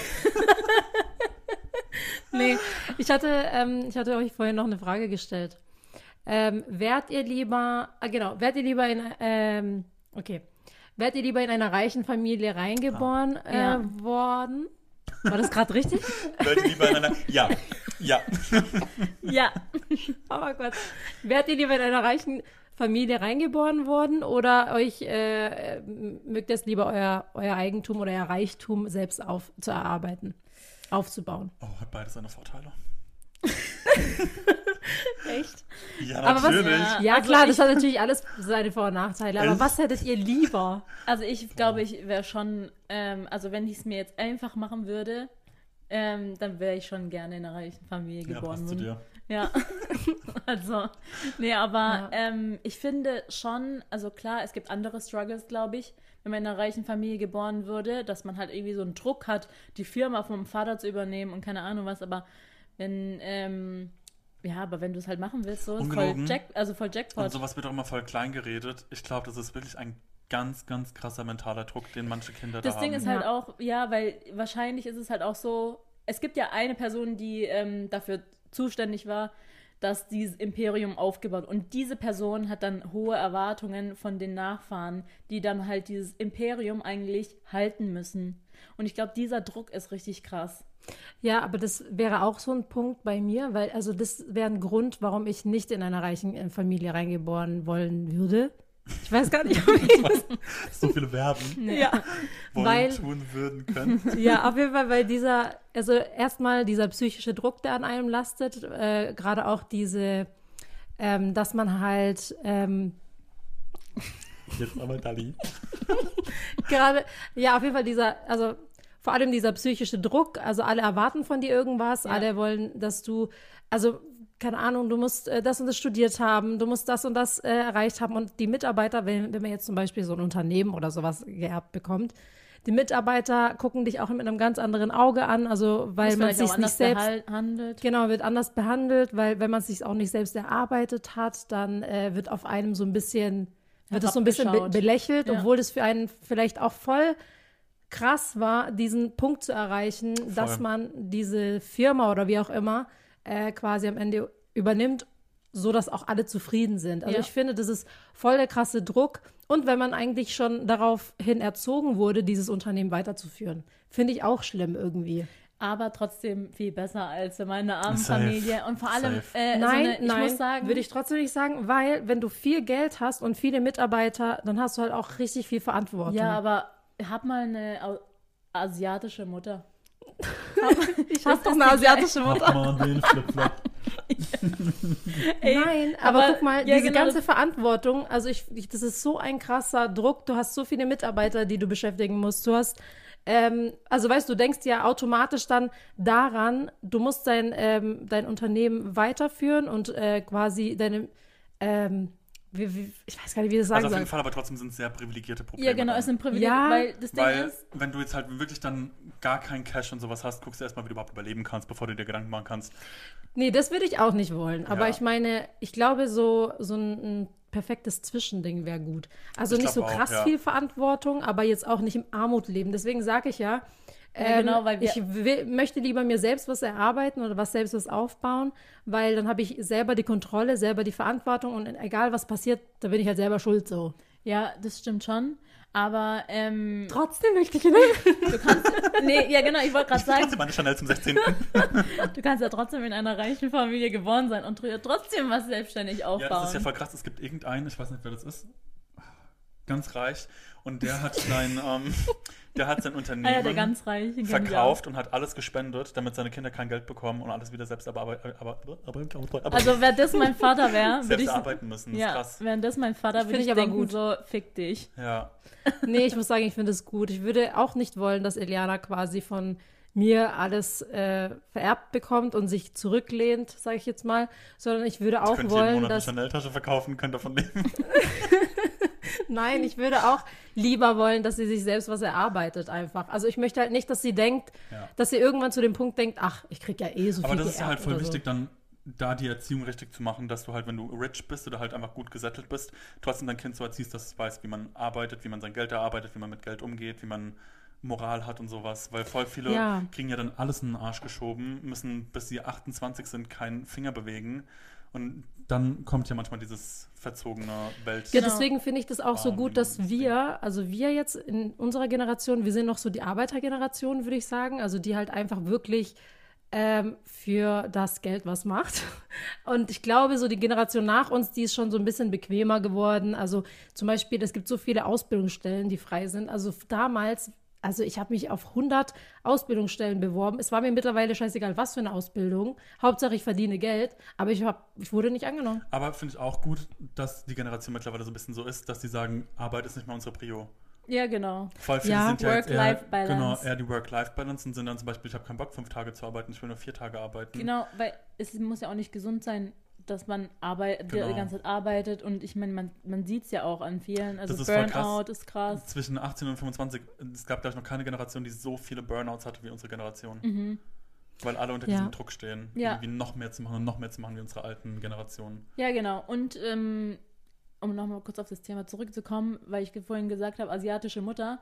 Nee, ich hatte, ähm, ich hatte euch vorhin noch eine Frage gestellt. Ähm, wärt ihr lieber, ah, genau, wärt ihr lieber in, ähm, okay, wärt ihr lieber in einer reichen Familie reingeboren Ah. äh, Ja. worden? War das gerade richtig? Wollt ihr lieber in einer. Ja, ja. Ja. Oh mein Gott. Wärt ihr lieber in einer reichen Familie reingeboren worden oder euch äh, mögt es lieber euer, euer Eigentum oder euer Reichtum selbst auf, zu erarbeiten, aufzubauen? Oh, hat beides seine Vorteile. Echt? Ja, Aber was- natürlich. Ja. Ja, Also klar, ich- das hat natürlich alles seine Vor- und Nachteile. Aber Echt? was hättet ihr lieber? Also ich glaube, ich wäre schon, ähm, also wenn ich es mir jetzt einfach machen würde, ähm, dann wäre ich schon gerne in einer reichen Familie Ja, geboren. passt zu dir. Ja, also, nee, aber Ja. ähm, ich finde schon, also klar, es gibt andere Struggles, glaube ich, wenn man in einer reichen Familie geboren würde, dass man halt irgendwie so einen Druck hat, die Firma vom Vater zu übernehmen und keine Ahnung was, aber wenn, ähm, ja, aber wenn du es halt machen willst, so, ist voll Ungelogen. Jack, also voll Jackpot. Und sowas wird auch immer voll klein geredet. Ich glaube, das ist wirklich ein ganz, ganz krasser mentaler Druck, den manche Kinder Das da Ding haben. ist halt Ja. auch, ja, weil wahrscheinlich ist es halt auch so, es gibt ja eine Person, die ähm, dafür zuständig war, dass dieses Imperium aufgebaut und diese Person hat dann hohe Erwartungen von den Nachfahren, die dann halt dieses Imperium eigentlich halten müssen. Und ich glaube, dieser Druck ist richtig krass. Ja, aber das wäre auch so ein Punkt bei mir, weil also das wäre ein Grund, warum ich nicht in einer reichen äh, Familie reingeboren wollen würde. Ich weiß gar nicht, ob ich das, So viele Verben ja, wollen, weil tun, würden, können. ja, auf jeden Fall, weil dieser, also erstmal dieser psychische Druck, der an einem lastet, äh, gerade auch diese, ähm, dass man halt ähm, Jetzt aber Dali. gerade, ja, auf jeden Fall dieser, also vor allem dieser psychische Druck, also alle erwarten von dir irgendwas, Ja. alle wollen, dass du, also keine Ahnung, du musst äh, das und das studiert haben, du musst das und das äh, erreicht haben und die Mitarbeiter, wenn, wenn man jetzt zum Beispiel so ein Unternehmen oder sowas geerbt bekommt, die Mitarbeiter gucken dich auch mit einem ganz anderen Auge an, also weil Ist man vielleicht sich auch nicht anders selbst behandelt. Genau, wird anders behandelt, weil wenn man es sich auch nicht selbst erarbeitet hat, dann äh, wird auf einem so ein bisschen, wird es so ein bisschen be Herabgeschaut. belächelt, Ja. obwohl es für einen vielleicht auch voll krass war, diesen Punkt zu erreichen, dass man diese Firma oder wie auch immer äh, quasi am Ende übernimmt, so dass auch alle zufrieden sind. Also Ja. ich finde, das ist voll der krasse Druck. Und wenn man eigentlich schon daraufhin erzogen wurde, dieses Unternehmen weiterzuführen, finde ich auch schlimm irgendwie. Aber trotzdem viel besser als in meiner armen Safe. Familie. Und vor allem, Safe. äh, so Nein, eine, ich nein, muss sagen, würde ich trotzdem nicht sagen, weil wenn du viel Geld hast und viele Mitarbeiter, dann hast du halt auch richtig viel Verantwortung. ja, aber hab mal eine au- asiatische Mutter. ich habe doch eine asiatische Mach Mutter. mal den Flip-Flop. Ey, Nein, aber, aber- guck mal, ja, diese genau, ganze das- Verantwortung, also ich, ich, das ist so ein krasser Druck. Du hast so viele Mitarbeiter, die du beschäftigen musst. Du hast, ähm, also weißt du, denkst ja automatisch dann daran, du musst dein, ähm, dein Unternehmen weiterführen und äh, quasi deine, ähm, wie, wie, ich weiß gar nicht, wie ich das sagen Also auf soll. jeden Fall, aber trotzdem sind es sehr privilegierte Probleme. Ja, genau, dann. es sind Privileg, Ja, weil das Ding Weil, ist, wenn du jetzt halt wirklich dann gar kein Cash und sowas hast, guckst du erstmal, wie du überhaupt überleben kannst, bevor du dir Gedanken machen kannst. Nee, das würde ich auch nicht wollen. Aber Ja. ich meine, ich glaube, so, so ein, ein perfektes Zwischending wäre gut. Also Ich nicht so glaube auch, krass ja. viel Verantwortung, aber jetzt auch nicht im Armut leben. Deswegen sage ich ja, Ja, ähm, genau, weil wir- ich will, möchte lieber mir selbst was erarbeiten oder was selbst was aufbauen, weil dann habe ich selber die Kontrolle, selber die Verantwortung und egal was passiert, da bin ich halt selber schuld so. Ja, das stimmt schon. Aber, ähm, Trotzdem möchte ich, ne? du kannst, nee, ja genau, ich wollte gerade Ich will sagen, trotzdem meine Chanel zum sechzehnten du kannst ja trotzdem in einer reichen Familie geboren sein und trotzdem was selbstständig aufbauen. Ja, das ist ja voll krass. Es gibt irgendeinen, ich weiß nicht, wer das ist, ganz reich. Und der hat sein, ähm, der hat sein Unternehmen Ah ja, der ganz reich. den kenn ich verkauft und hat alles gespendet, damit seine Kinder kein Geld bekommen und alles wieder selbst aber, aber, aber, aber, auch. Also, wäre das mein Vater wäre, würde selbst ich. arbeiten müssen. Das Ja, ist krass. wäre das mein Vater, würde Find ich, ich aber denken, gut. so, fick dich. Ja. Nee, ich muss sagen, ich finde es gut. Ich würde auch nicht wollen, dass Eliana quasi von mir alles äh, vererbt bekommt und sich zurücklehnt, sage ich jetzt mal, sondern ich würde auch Könnt jeden wollen, Monat dass... eine Chanel-Tasche verkaufen, könnt davon leben. Nein, ich würde auch lieber wollen, dass sie sich selbst was erarbeitet einfach. Also ich möchte halt nicht, dass sie denkt, Ja. dass sie irgendwann zu dem Punkt denkt, ach, ich krieg ja eh so Aber viel das ist ja halt geerbt voll oder wichtig, dann da die Erziehung richtig zu machen, dass du halt, wenn du rich bist oder halt einfach gut gesettelt bist, trotzdem dein Kind so erziehst, dass es weiß, wie man arbeitet, wie man sein Geld erarbeitet, wie man mit Geld umgeht, wie man Moral hat und sowas. Weil voll viele Ja. kriegen ja dann alles in den Arsch geschoben, müssen bis sie achtundzwanzig sind keinen Finger bewegen. Und dann kommt ja manchmal dieses verzogene Welt. Ja, Genau. deswegen finde ich das auch so Wow, gut, wie dass man das wir, also wir jetzt in unserer Generation, wir sind noch so die Arbeitergeneration, würde ich sagen, also die halt einfach wirklich ähm, für das Geld was macht. Und ich glaube, so die Generation nach uns, die ist schon so ein bisschen bequemer geworden. Also zum Beispiel, es gibt so viele Ausbildungsstellen, die frei sind. Also damals, also ich habe mich auf hundert Ausbildungsstellen beworben. Es war mir mittlerweile scheißegal, was für eine Ausbildung. Hauptsache, ich verdiene Geld, aber ich, hab, ich wurde nicht angenommen. Aber finde ich auch gut, dass die Generation mittlerweile so ein bisschen so ist, dass die sagen, Arbeit ist nicht mehr unsere Prio. Ja, genau. Voll viele Ja, sind ja jetzt eher, Work-Life-Balance. genau, eher die Work-Life-Balance und sind dann zum Beispiel, ich habe keinen Bock, fünf Tage zu arbeiten, ich will nur vier Tage arbeiten. Genau, weil es muss ja auch nicht gesund sein, dass man arbeit Genau. die ganze Zeit arbeitet und ich meine, man, man sieht es ja auch an vielen, also Das ist voll Burnout krass. ist krass. Zwischen achtzehn und fünfundzwanzig, es gab, glaube ich, noch keine Generation, die so viele Burnouts hatte wie unsere Generation. Mhm. Weil alle unter Ja. diesem Druck stehen, Ja. irgendwie noch mehr zu machen und noch mehr zu machen wie unsere alten Generationen. Ja, genau. Und ähm, um nochmal kurz auf das Thema zurückzukommen, weil ich vorhin gesagt habe, asiatische Mutter,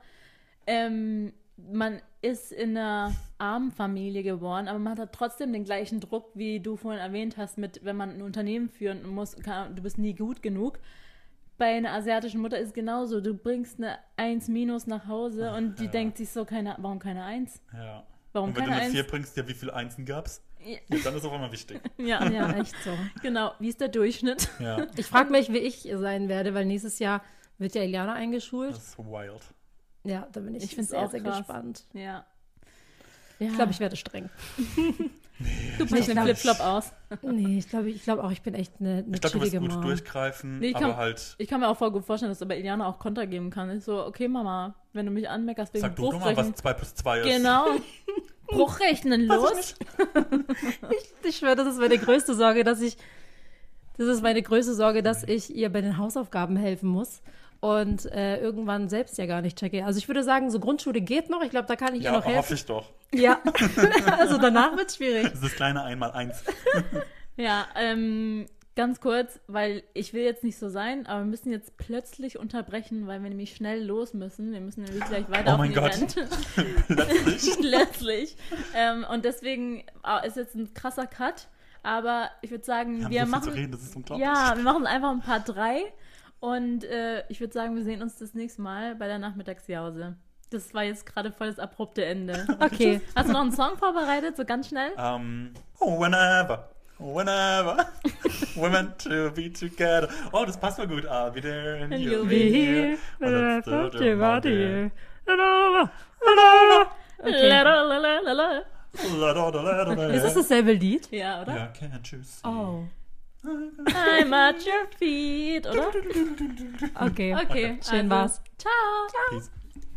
ähm, man ist in einer armen Familie geboren, aber man hat trotzdem den gleichen Druck, wie du vorhin erwähnt hast, mit, wenn man ein Unternehmen führen muss, kann, du bist nie gut genug. Bei einer asiatischen Mutter ist es genauso. Du bringst eine eins minus nach Hause und die Ja. denkt sich so, keine, warum keine eins? Ja. Warum und wenn du keine eine eins? vier bringst, ja, wie viele Einsen gab's? Ja, Ja, dann ist auf einmal wichtig. ja, Ja, echt so. genau. Wie ist der Durchschnitt? Ja, Ich frage mich, wie ich sein werde, weil nächstes Jahr wird ja Eliana eingeschult. das ist wild. Ja, da bin ich, Ich find's sehr, auch sehr krass. gespannt. Ja. ja. Ich glaube, ich werde streng. du packst den glaub- Flipflop aus. Nee, ich glaube ich glaub auch, ich bin echt eine, eine Ich glaube, du wirst chillige gut Mom. durchgreifen, Nee, ich aber kann- halt, Ich kann mir auch voll gut vorstellen, dass du bei Iliana auch Konter geben kannst. Ich so, okay, Mama, wenn du mich anmeckerst wegen sag du doch mal, Bruchrechen. was zwei plus zwei ist. Genau. Bruchrechnen los. Ich schwöre, das ist meine größte Sorge, dass ich, das ist meine größte Sorge, dass ich ihr bei den Hausaufgaben helfen muss und äh, irgendwann selbst ja gar nicht checke. Also ich würde sagen, so Grundschule geht noch. Ich glaube, da kann ich Ja, ihr noch helfen. hoffe ich doch. Ja, also danach wird es schwierig. Das ist das kleine Einmal-Eins. Ja, ähm, ganz kurz, weil ich will jetzt nicht so sein, aber wir müssen jetzt plötzlich unterbrechen, weil wir nämlich schnell los müssen. Wir müssen nämlich gleich weiter Oh auf mein dem Gott. Event. Plötzlich. Plötzlich. Ähm, und deswegen ah, ist jetzt ein krasser Cut. Aber ich würde sagen, Wir haben wir so viel machen. zu reden, das ist unglaublich. Ja, wir machen einfach ein paar drei. Und äh, ich würde sagen, wir sehen uns das nächste Mal bei der Nachmittagsjause. Das war jetzt gerade voll das abrupte Ende. Okay. Hast du noch einen Song vorbereitet, so ganz schnell? Um, oh, whenever, whenever we're meant to be together. Oh, das passt mal gut. I'll be there and you'll be here. And that's the dream of Okay. Lalalala. the- Ist das dasselbe Lied? Ja, oder? Ja, can't you see? Oh. I'm at your feet, oder? Okay. Okay, Schön also, war's. Ciao. Peace.